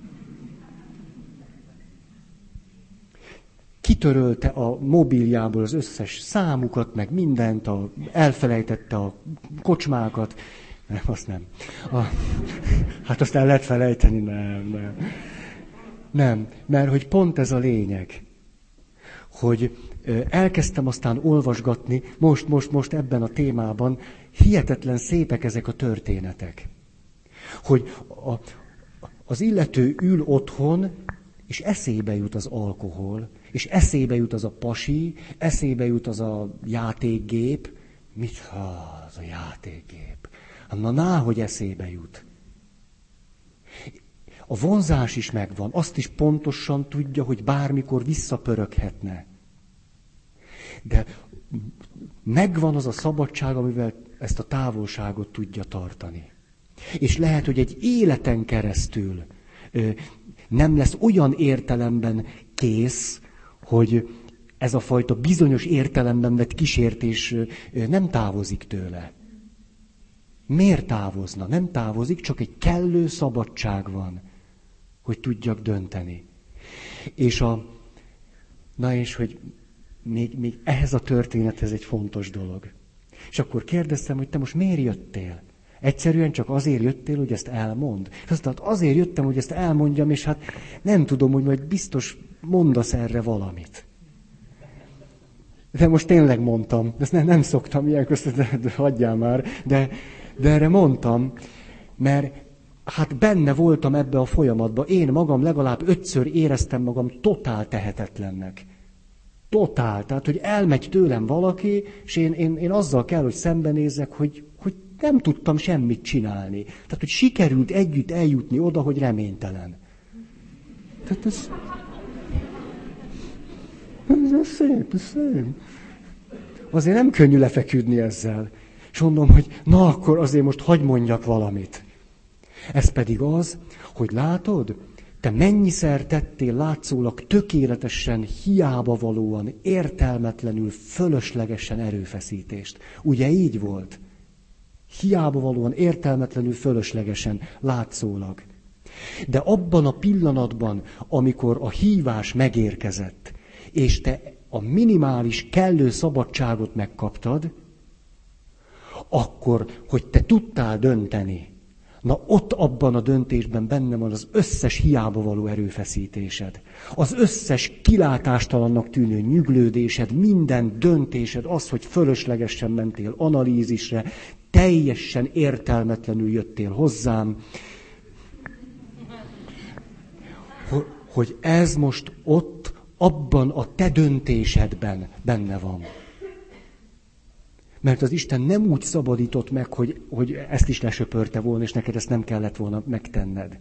[SPEAKER 1] Kitörölte a mobiljából az összes számukat, meg mindent, elfelejtette a kocsmákat. Nem, azt nem. Hát azt el lehet felejteni, nem. Nem, mert hogy pont ez a lényeg, hogy elkezdtem aztán olvasgatni, most ebben a témában, hihetetlen szépek ezek a történetek. Hogy az illető ül otthon, és eszébe jut az alkohol, és eszébe jut az a pasi, eszébe jut az a játékgép. Mit? Az a játékgép. Na, hogy eszébe jut. A vonzás is megvan, azt is pontosan tudja, hogy bármikor visszapöröghetne. De megvan az a szabadság, amivel ezt a távolságot tudja tartani. És lehet, hogy egy életen keresztül nem lesz olyan értelemben kész, hogy ez a fajta bizonyos értelemben vett kísértés nem távozik tőle. Miért távozna? Nem távozik, csak egy kellő szabadság van, hogy tudjak dönteni. És hogy még ehhez a történethez egy fontos dolog. És akkor kérdeztem, hogy te most miért jöttél? Egyszerűen csak azért jöttél, hogy ezt elmond. És azt mondta, azért jöttem, hogy ezt elmondjam, és hát nem tudom, hogy majd biztos mondasz erre valamit. De most tényleg mondtam, ezt nem szoktam ilyenkor, de hagyjál már, de erre mondtam, mert hát benne voltam ebbe a folyamatba. Én magam legalább 5-ször éreztem magam totál tehetetlennek. Totál. Tehát, hogy elmegy tőlem valaki, és én azzal kell, hogy szembenézzek, hogy nem tudtam semmit csinálni. Tehát, hogy sikerült együtt eljutni oda, hogy reménytelen. Tehát ez szép. Azért nem könnyű lefeküdni ezzel. És mondom, hogy na akkor azért most hadd mondjak valamit. Ez pedig az, hogy látod, te mennyiszer tettél látszólag tökéletesen, hiába valóan, értelmetlenül, fölöslegesen erőfeszítést. Ugye így volt? Hiába valóan, értelmetlenül, fölöslegesen, látszólag. De abban a pillanatban, amikor a hívás megérkezett, és te a minimális kellő szabadságot megkaptad, akkor, hogy te tudtál dönteni, na ott abban a döntésben benne van az összes hiába való erőfeszítésed. Az összes kilátástalannak tűnő nyüglődésed, minden döntésed, az, hogy fölöslegesen mentél analízisre, teljesen értelmetlenül jöttél hozzám, hogy ez most ott, abban a te döntésedben benne van. Mert az Isten nem úgy szabadított meg, hogy ezt is lesöpörte volna, és neked ezt nem kellett volna megtenned.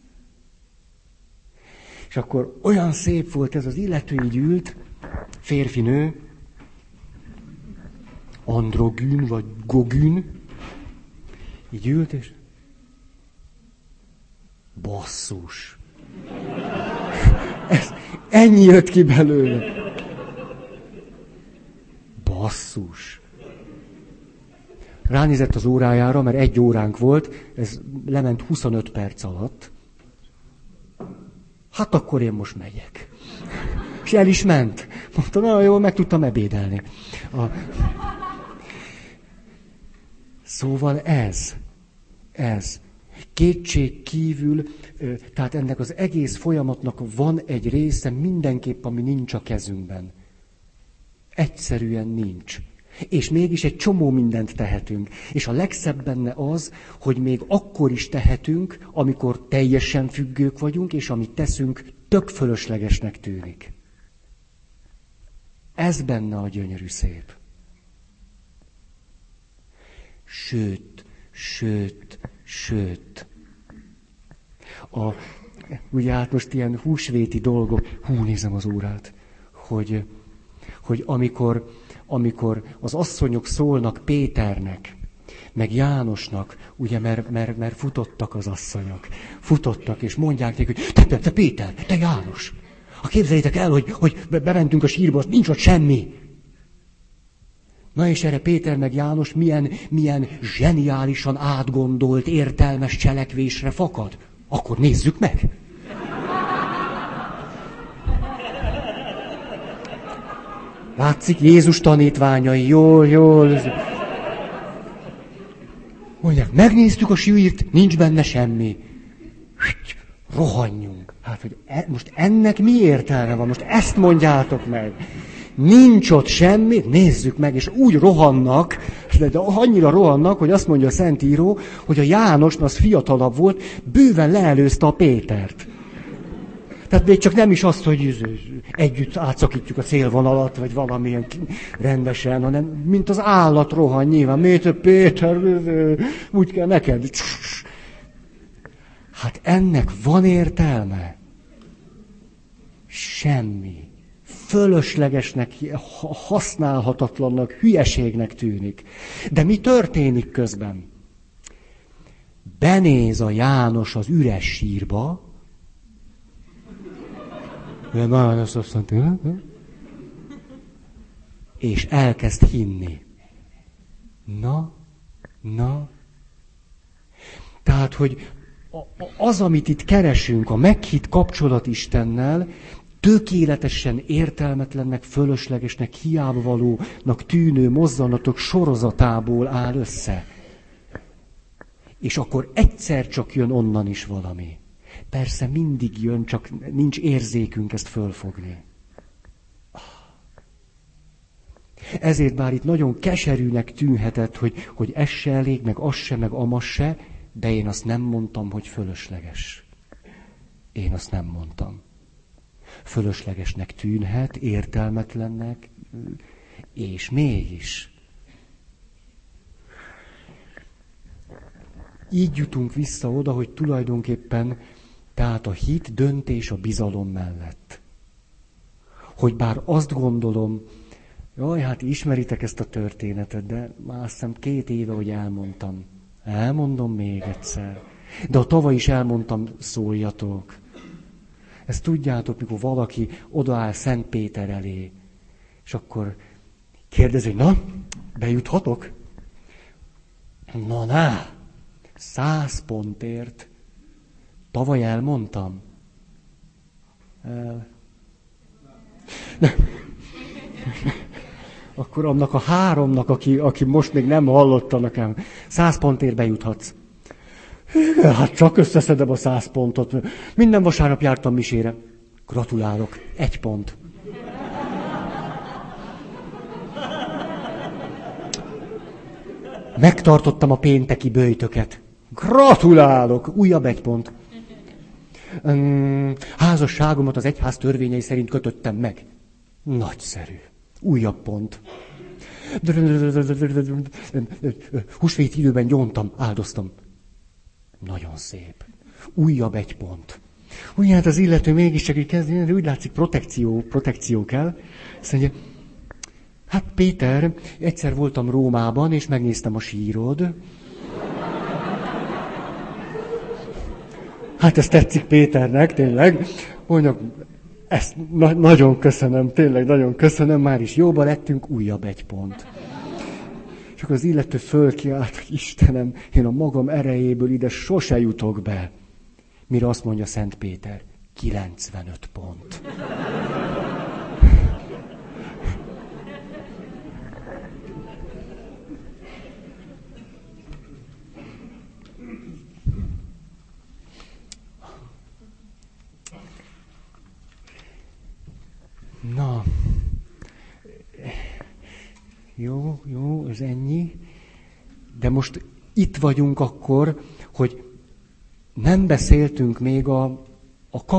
[SPEAKER 1] És akkor olyan szép volt ez, az illető így ült, férfi-nő, androgyn vagy gogyn, így ült, és basszus. Ennyi jött ki belőle. Basszus. Ránézett az órájára, mert 1 óránk volt, ez lement 25 perc alatt. Hát akkor én most megyek. És el is ment. Mondta, na jó, meg tudtam ebédelni. Szóval ez. Kétség kívül, tehát ennek az egész folyamatnak van egy része mindenképp, ami nincs a kezünkben. Egyszerűen nincs. És mégis egy csomó mindent tehetünk. És a legszebb benne az, hogy még akkor is tehetünk, amikor teljesen függők vagyunk, és amit teszünk, tök fölöslegesnek tűnik. Ez benne a gyönyörű szép. Sőt. Ugye hát most ilyen húsvéti dolgok, nézem az órát, hogy amikor az asszonyok szólnak Péternek, meg Jánosnak, ugye, mert futottak az asszonyok. Futottak, és mondják neki, hogy te Péter, te János. Képzeljétek el, hogy bementünk a sírba, nincs ott semmi. Na és erre Péter meg János milyen zseniálisan átgondolt, értelmes cselekvésre fakad. Akkor nézzük meg. Látszik, Jézus tanítványai, jól. Mondják, megnéztük a sírt, nincs benne semmi. Rohanjunk. Hát, hogy most ennek mi értelme van? Most ezt mondjátok meg. Nincs ott semmi, nézzük meg, és úgy rohannak, de annyira rohannak, hogy azt mondja a Szentíró, hogy a János, az fiatalabb volt, bőven leelőzte a Pétert. Tehát még csak nem is azt, hogy együtt átszakítjuk a célvonalat, vagy valamilyen rendesen, hanem mint az állat rohan nyilván. Péter, úgy kell neked. Hát ennek van értelme? Semmi. Fölöslegesnek, használhatatlannak, hülyeségnek tűnik. De mi történik közben? Benéz a János az üres sírba, és elkezd hinni. Na. Tehát, hogy az, amit itt keresünk, a meghitt kapcsolat Istennel, tökéletesen értelmetlennek, fölöslegesnek, hiábavalónak tűnő mozzanatok sorozatából áll össze. És akkor egyszer csak jön onnan is valami. Persze mindig jön, csak nincs érzékünk ezt fölfogni. Ezért bár itt nagyon keserűnek tűnhetett, hogy ez se elég, meg az se, meg amaz se, de én azt nem mondtam, hogy fölösleges. Én azt nem mondtam. Fölöslegesnek tűnhet, értelmetlennek, és mégis. Így jutunk vissza oda, hogy tulajdonképpen, tehát a hit döntés a bizalom mellett. Hogy bár azt gondolom, jaj, hát ismeritek ezt a történetet, de már azt hiszem 2 éve, hogy elmondtam. Elmondom még egyszer. De a tavaly is elmondtam, szóljatok. Ezt tudjátok, mikor valaki odaáll Szent Péter elé, és akkor kérdezi, hogy na, bejuthatok? Na, 100 pontért. Tavaly elmondtam. Akkor annak a 3-nak, aki most még nem hallotta nekem, 100 pontért bejuthatsz. Hát csak összeszedem a 100 pontot. Minden vasárnap jártam misére. Gratulálok. 1 pont. Megtartottam a pénteki böjtöket. Gratulálok. Újabb 1 pont. Házasságomat az egyház törvényei szerint kötöttem meg. Nagyszerű. Újabb pont. Húsvét időben gyóntam, áldoztam. Nagyon szép. Újabb 1 pont. Úgy hát az illető mégiscsak így kezdeni, úgy látszik protekció kell. Azt mondja, hát Péter, egyszer voltam Rómában, és megnéztem a sírod. Hát ez tetszik Péternek, tényleg. Mondjuk, ezt nagyon köszönöm, tényleg nagyon köszönöm, már is jóba lettünk, újabb 1 pont. És akkor az illető fölkiált, hogy Istenem, én a magam erejéből ide sose jutok be. Mire azt mondja Szent Péter, 95 pont. Na, jó, ez ennyi. De most itt vagyunk akkor, hogy nem beszéltünk még a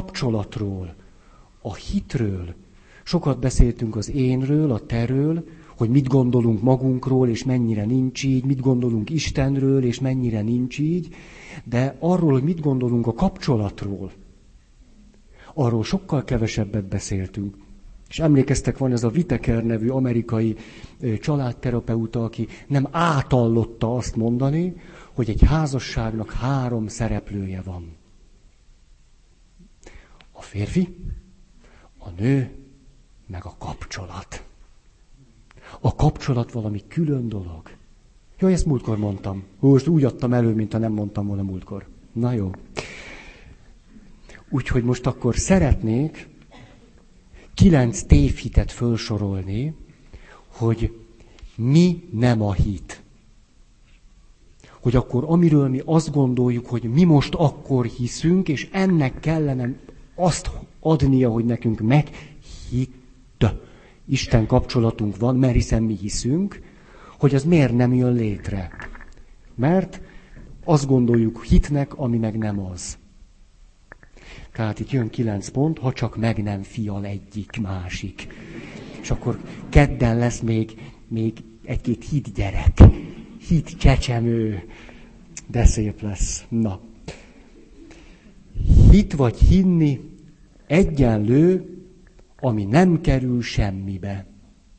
[SPEAKER 1] kapcsolatról, a hitről. Sokat beszéltünk az énről, a teről, hogy mit gondolunk magunkról, és mennyire nincs így, mit gondolunk Istenről, és mennyire nincs így, de arról, hogy mit gondolunk a kapcsolatról, arról sokkal kevesebbet beszéltünk. És emlékeztek, van ez a Whittaker nevű amerikai családterapeuta, aki nem átallotta azt mondani, hogy egy házasságnak 3 szereplője van. A férfi, a nő, meg a kapcsolat. A kapcsolat valami külön dolog. Jó, ezt múltkor mondtam. Most úgy adtam elő, mintha nem mondtam volna múltkor. Na jó. Úgyhogy most akkor szeretnék 9 tévhitet felsorolni, hogy mi nem a hit. Hogy akkor amiről mi azt gondoljuk, hogy mi most akkor hiszünk, és ennek kellene azt adnia, hogy nekünk meghitt Isten kapcsolatunk van, mert hiszen mi hiszünk, hogy az miért nem jön létre. Mert azt gondoljuk hitnek, ami meg nem az. Tehát itt jön 9 pont, ha csak meg nem fial egyik másik. És akkor kedden lesz még egy-két hit gyerek, hit csecsemő, de szép lesz. Na. Hit vagy hinni egyenlő, ami nem kerül semmibe.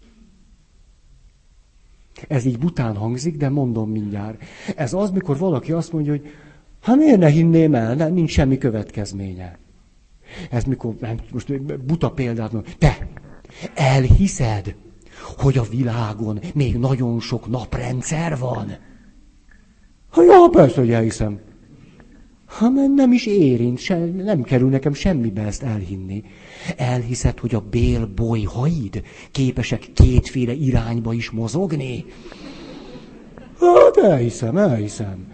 [SPEAKER 1] Ez így bután hangzik, de mondom mindjárt. Ez az, mikor valaki azt mondja, hogy hát miért ne hinném el, nem, nincs semmi következménye. Ez mikor, most buta példát mondom, te elhiszed, hogy a világon még nagyon sok naprendszer van? Ha ja, persze, hogy elhiszem. Ha nem is érint, nem kerül nekem semmibe ezt elhinni. Elhiszed, hogy a bélbolyhaid képesek 2 irányba is mozogni? Hát elhiszem.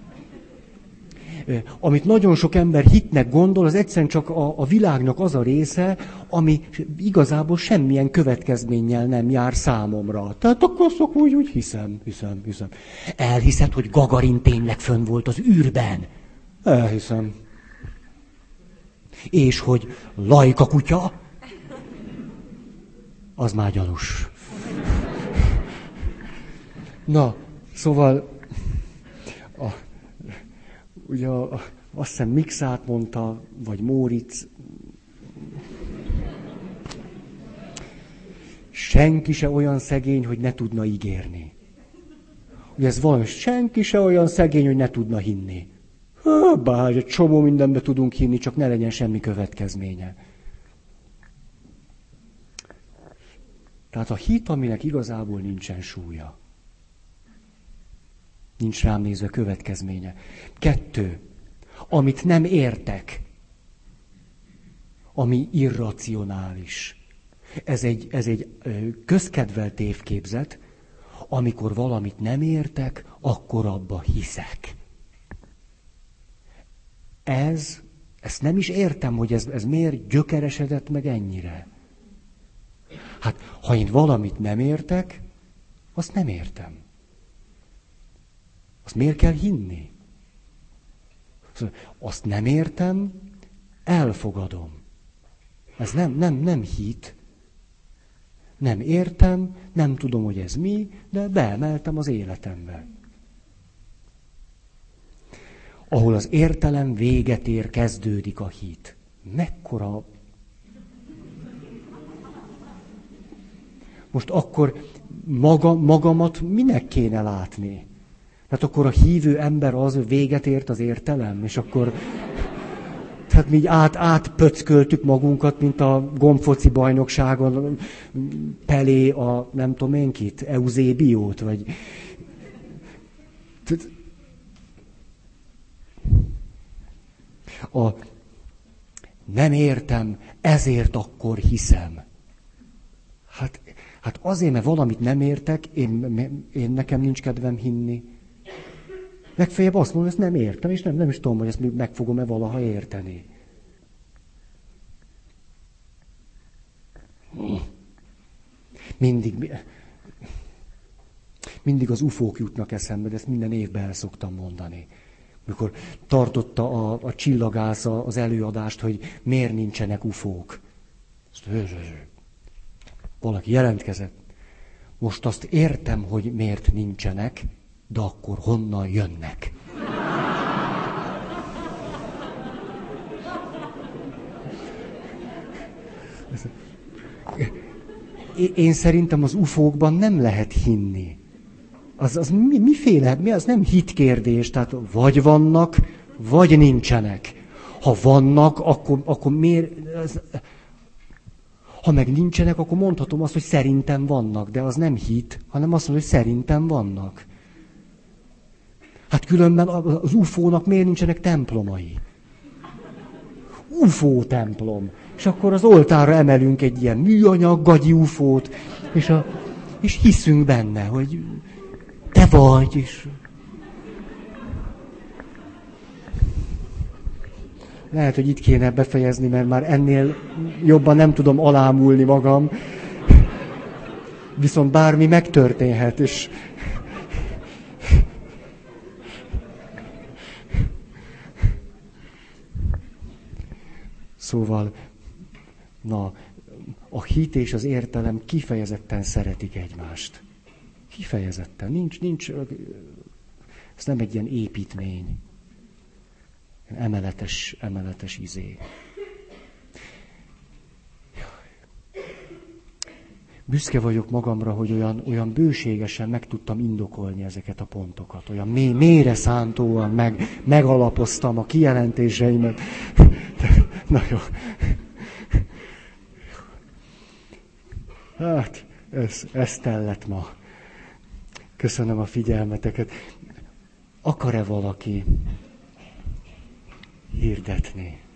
[SPEAKER 1] Amit nagyon sok ember hitnek gondol, az egyszerűen csak a világnak az a része, ami igazából semmilyen következménnyel nem jár számomra. Tehát akkor azt úgy hiszem. Elhiszed, hogy Gagarin tényleg fönn volt az űrben? Elhiszem. És hogy Lajka kutya? Az már gyanús. Na, szóval ugye azt hiszem Mikszát mondta, vagy Móricz, senki se olyan szegény, hogy ne tudna ígérni. Ugye ez valami, senki se olyan szegény, hogy ne tudna hinni. Bár egy csomó mindenbe tudunk hinni, csak ne legyen semmi következménye. Tehát a hit, aminek igazából nincsen súlya. Nincs rám nézve következménye. 2. Amit nem értek, ami irracionális. Ez egy közkedvelt évképzet, amikor valamit nem értek, akkor abba hiszek. Ezt nem is értem, hogy ez miért gyökeresedett meg ennyire. Hát, ha én valamit nem értek, azt nem értem. Azt miért kell hinni? Azt nem értem, elfogadom. Ez nem hit. Nem értem, nem tudom, hogy ez mi, de beemeltem az életembe. Ahol az értelem véget ér, kezdődik a hit. Mekkora... Most akkor magamat minek kéne látni? Hát akkor a hívő ember az véget ért az értelem, és akkor... Tehát mi így átpöcköltük magunkat, mint a gombfoci bajnokságon Pelé a nem tudom én kit, Eusébiót, vagy... Nem értem, ezért akkor hiszem. Hát azért, mert valamit nem értek, én nekem nincs kedvem hinni. Legfeljebb azt mondom, hogy ezt nem értem, és nem is tudom, hogy ezt meg fogom-e valaha érteni. Mindig az ufók jutnak eszembe, de ezt minden évben el szoktam mondani. Mikor tartotta a csillagász az előadást, hogy miért nincsenek ufók. Valaki jelentkezett. Most azt értem, hogy miért nincsenek, de akkor honnan jönnek? Én szerintem az ufókban nem lehet hinni. Az miféle? Az nem hitkérdés, tehát vagy vannak, vagy nincsenek. Ha vannak, akkor miért... Ha meg nincsenek, akkor mondhatom azt, hogy szerintem vannak, de az nem hit, hanem azt mondom, hogy szerintem vannak. Hát különben az ufónak miért nincsenek templomai? UFO templom. És akkor az oltárra emelünk egy ilyen műanyag gagyi ufót, és hiszünk benne, hogy te vagy. És... Lehet, hogy itt kéne befejezni, mert már ennél jobban nem tudom alámulni magam. Viszont bármi megtörténhet, és... Szóval, a hit és az értelem kifejezetten szeretik egymást. Kifejezetten. Nincs, ez nem egy ilyen építmény. Emeletes izé. Büszke vagyok magamra, hogy olyan bőségesen meg tudtam indokolni ezeket a pontokat. Olyan mélyre szántóan megalapoztam a kijelentéseimet. Na jó. Hát, ez tellett ma. Köszönöm a figyelmeteket. Akar-e valaki hirdetni?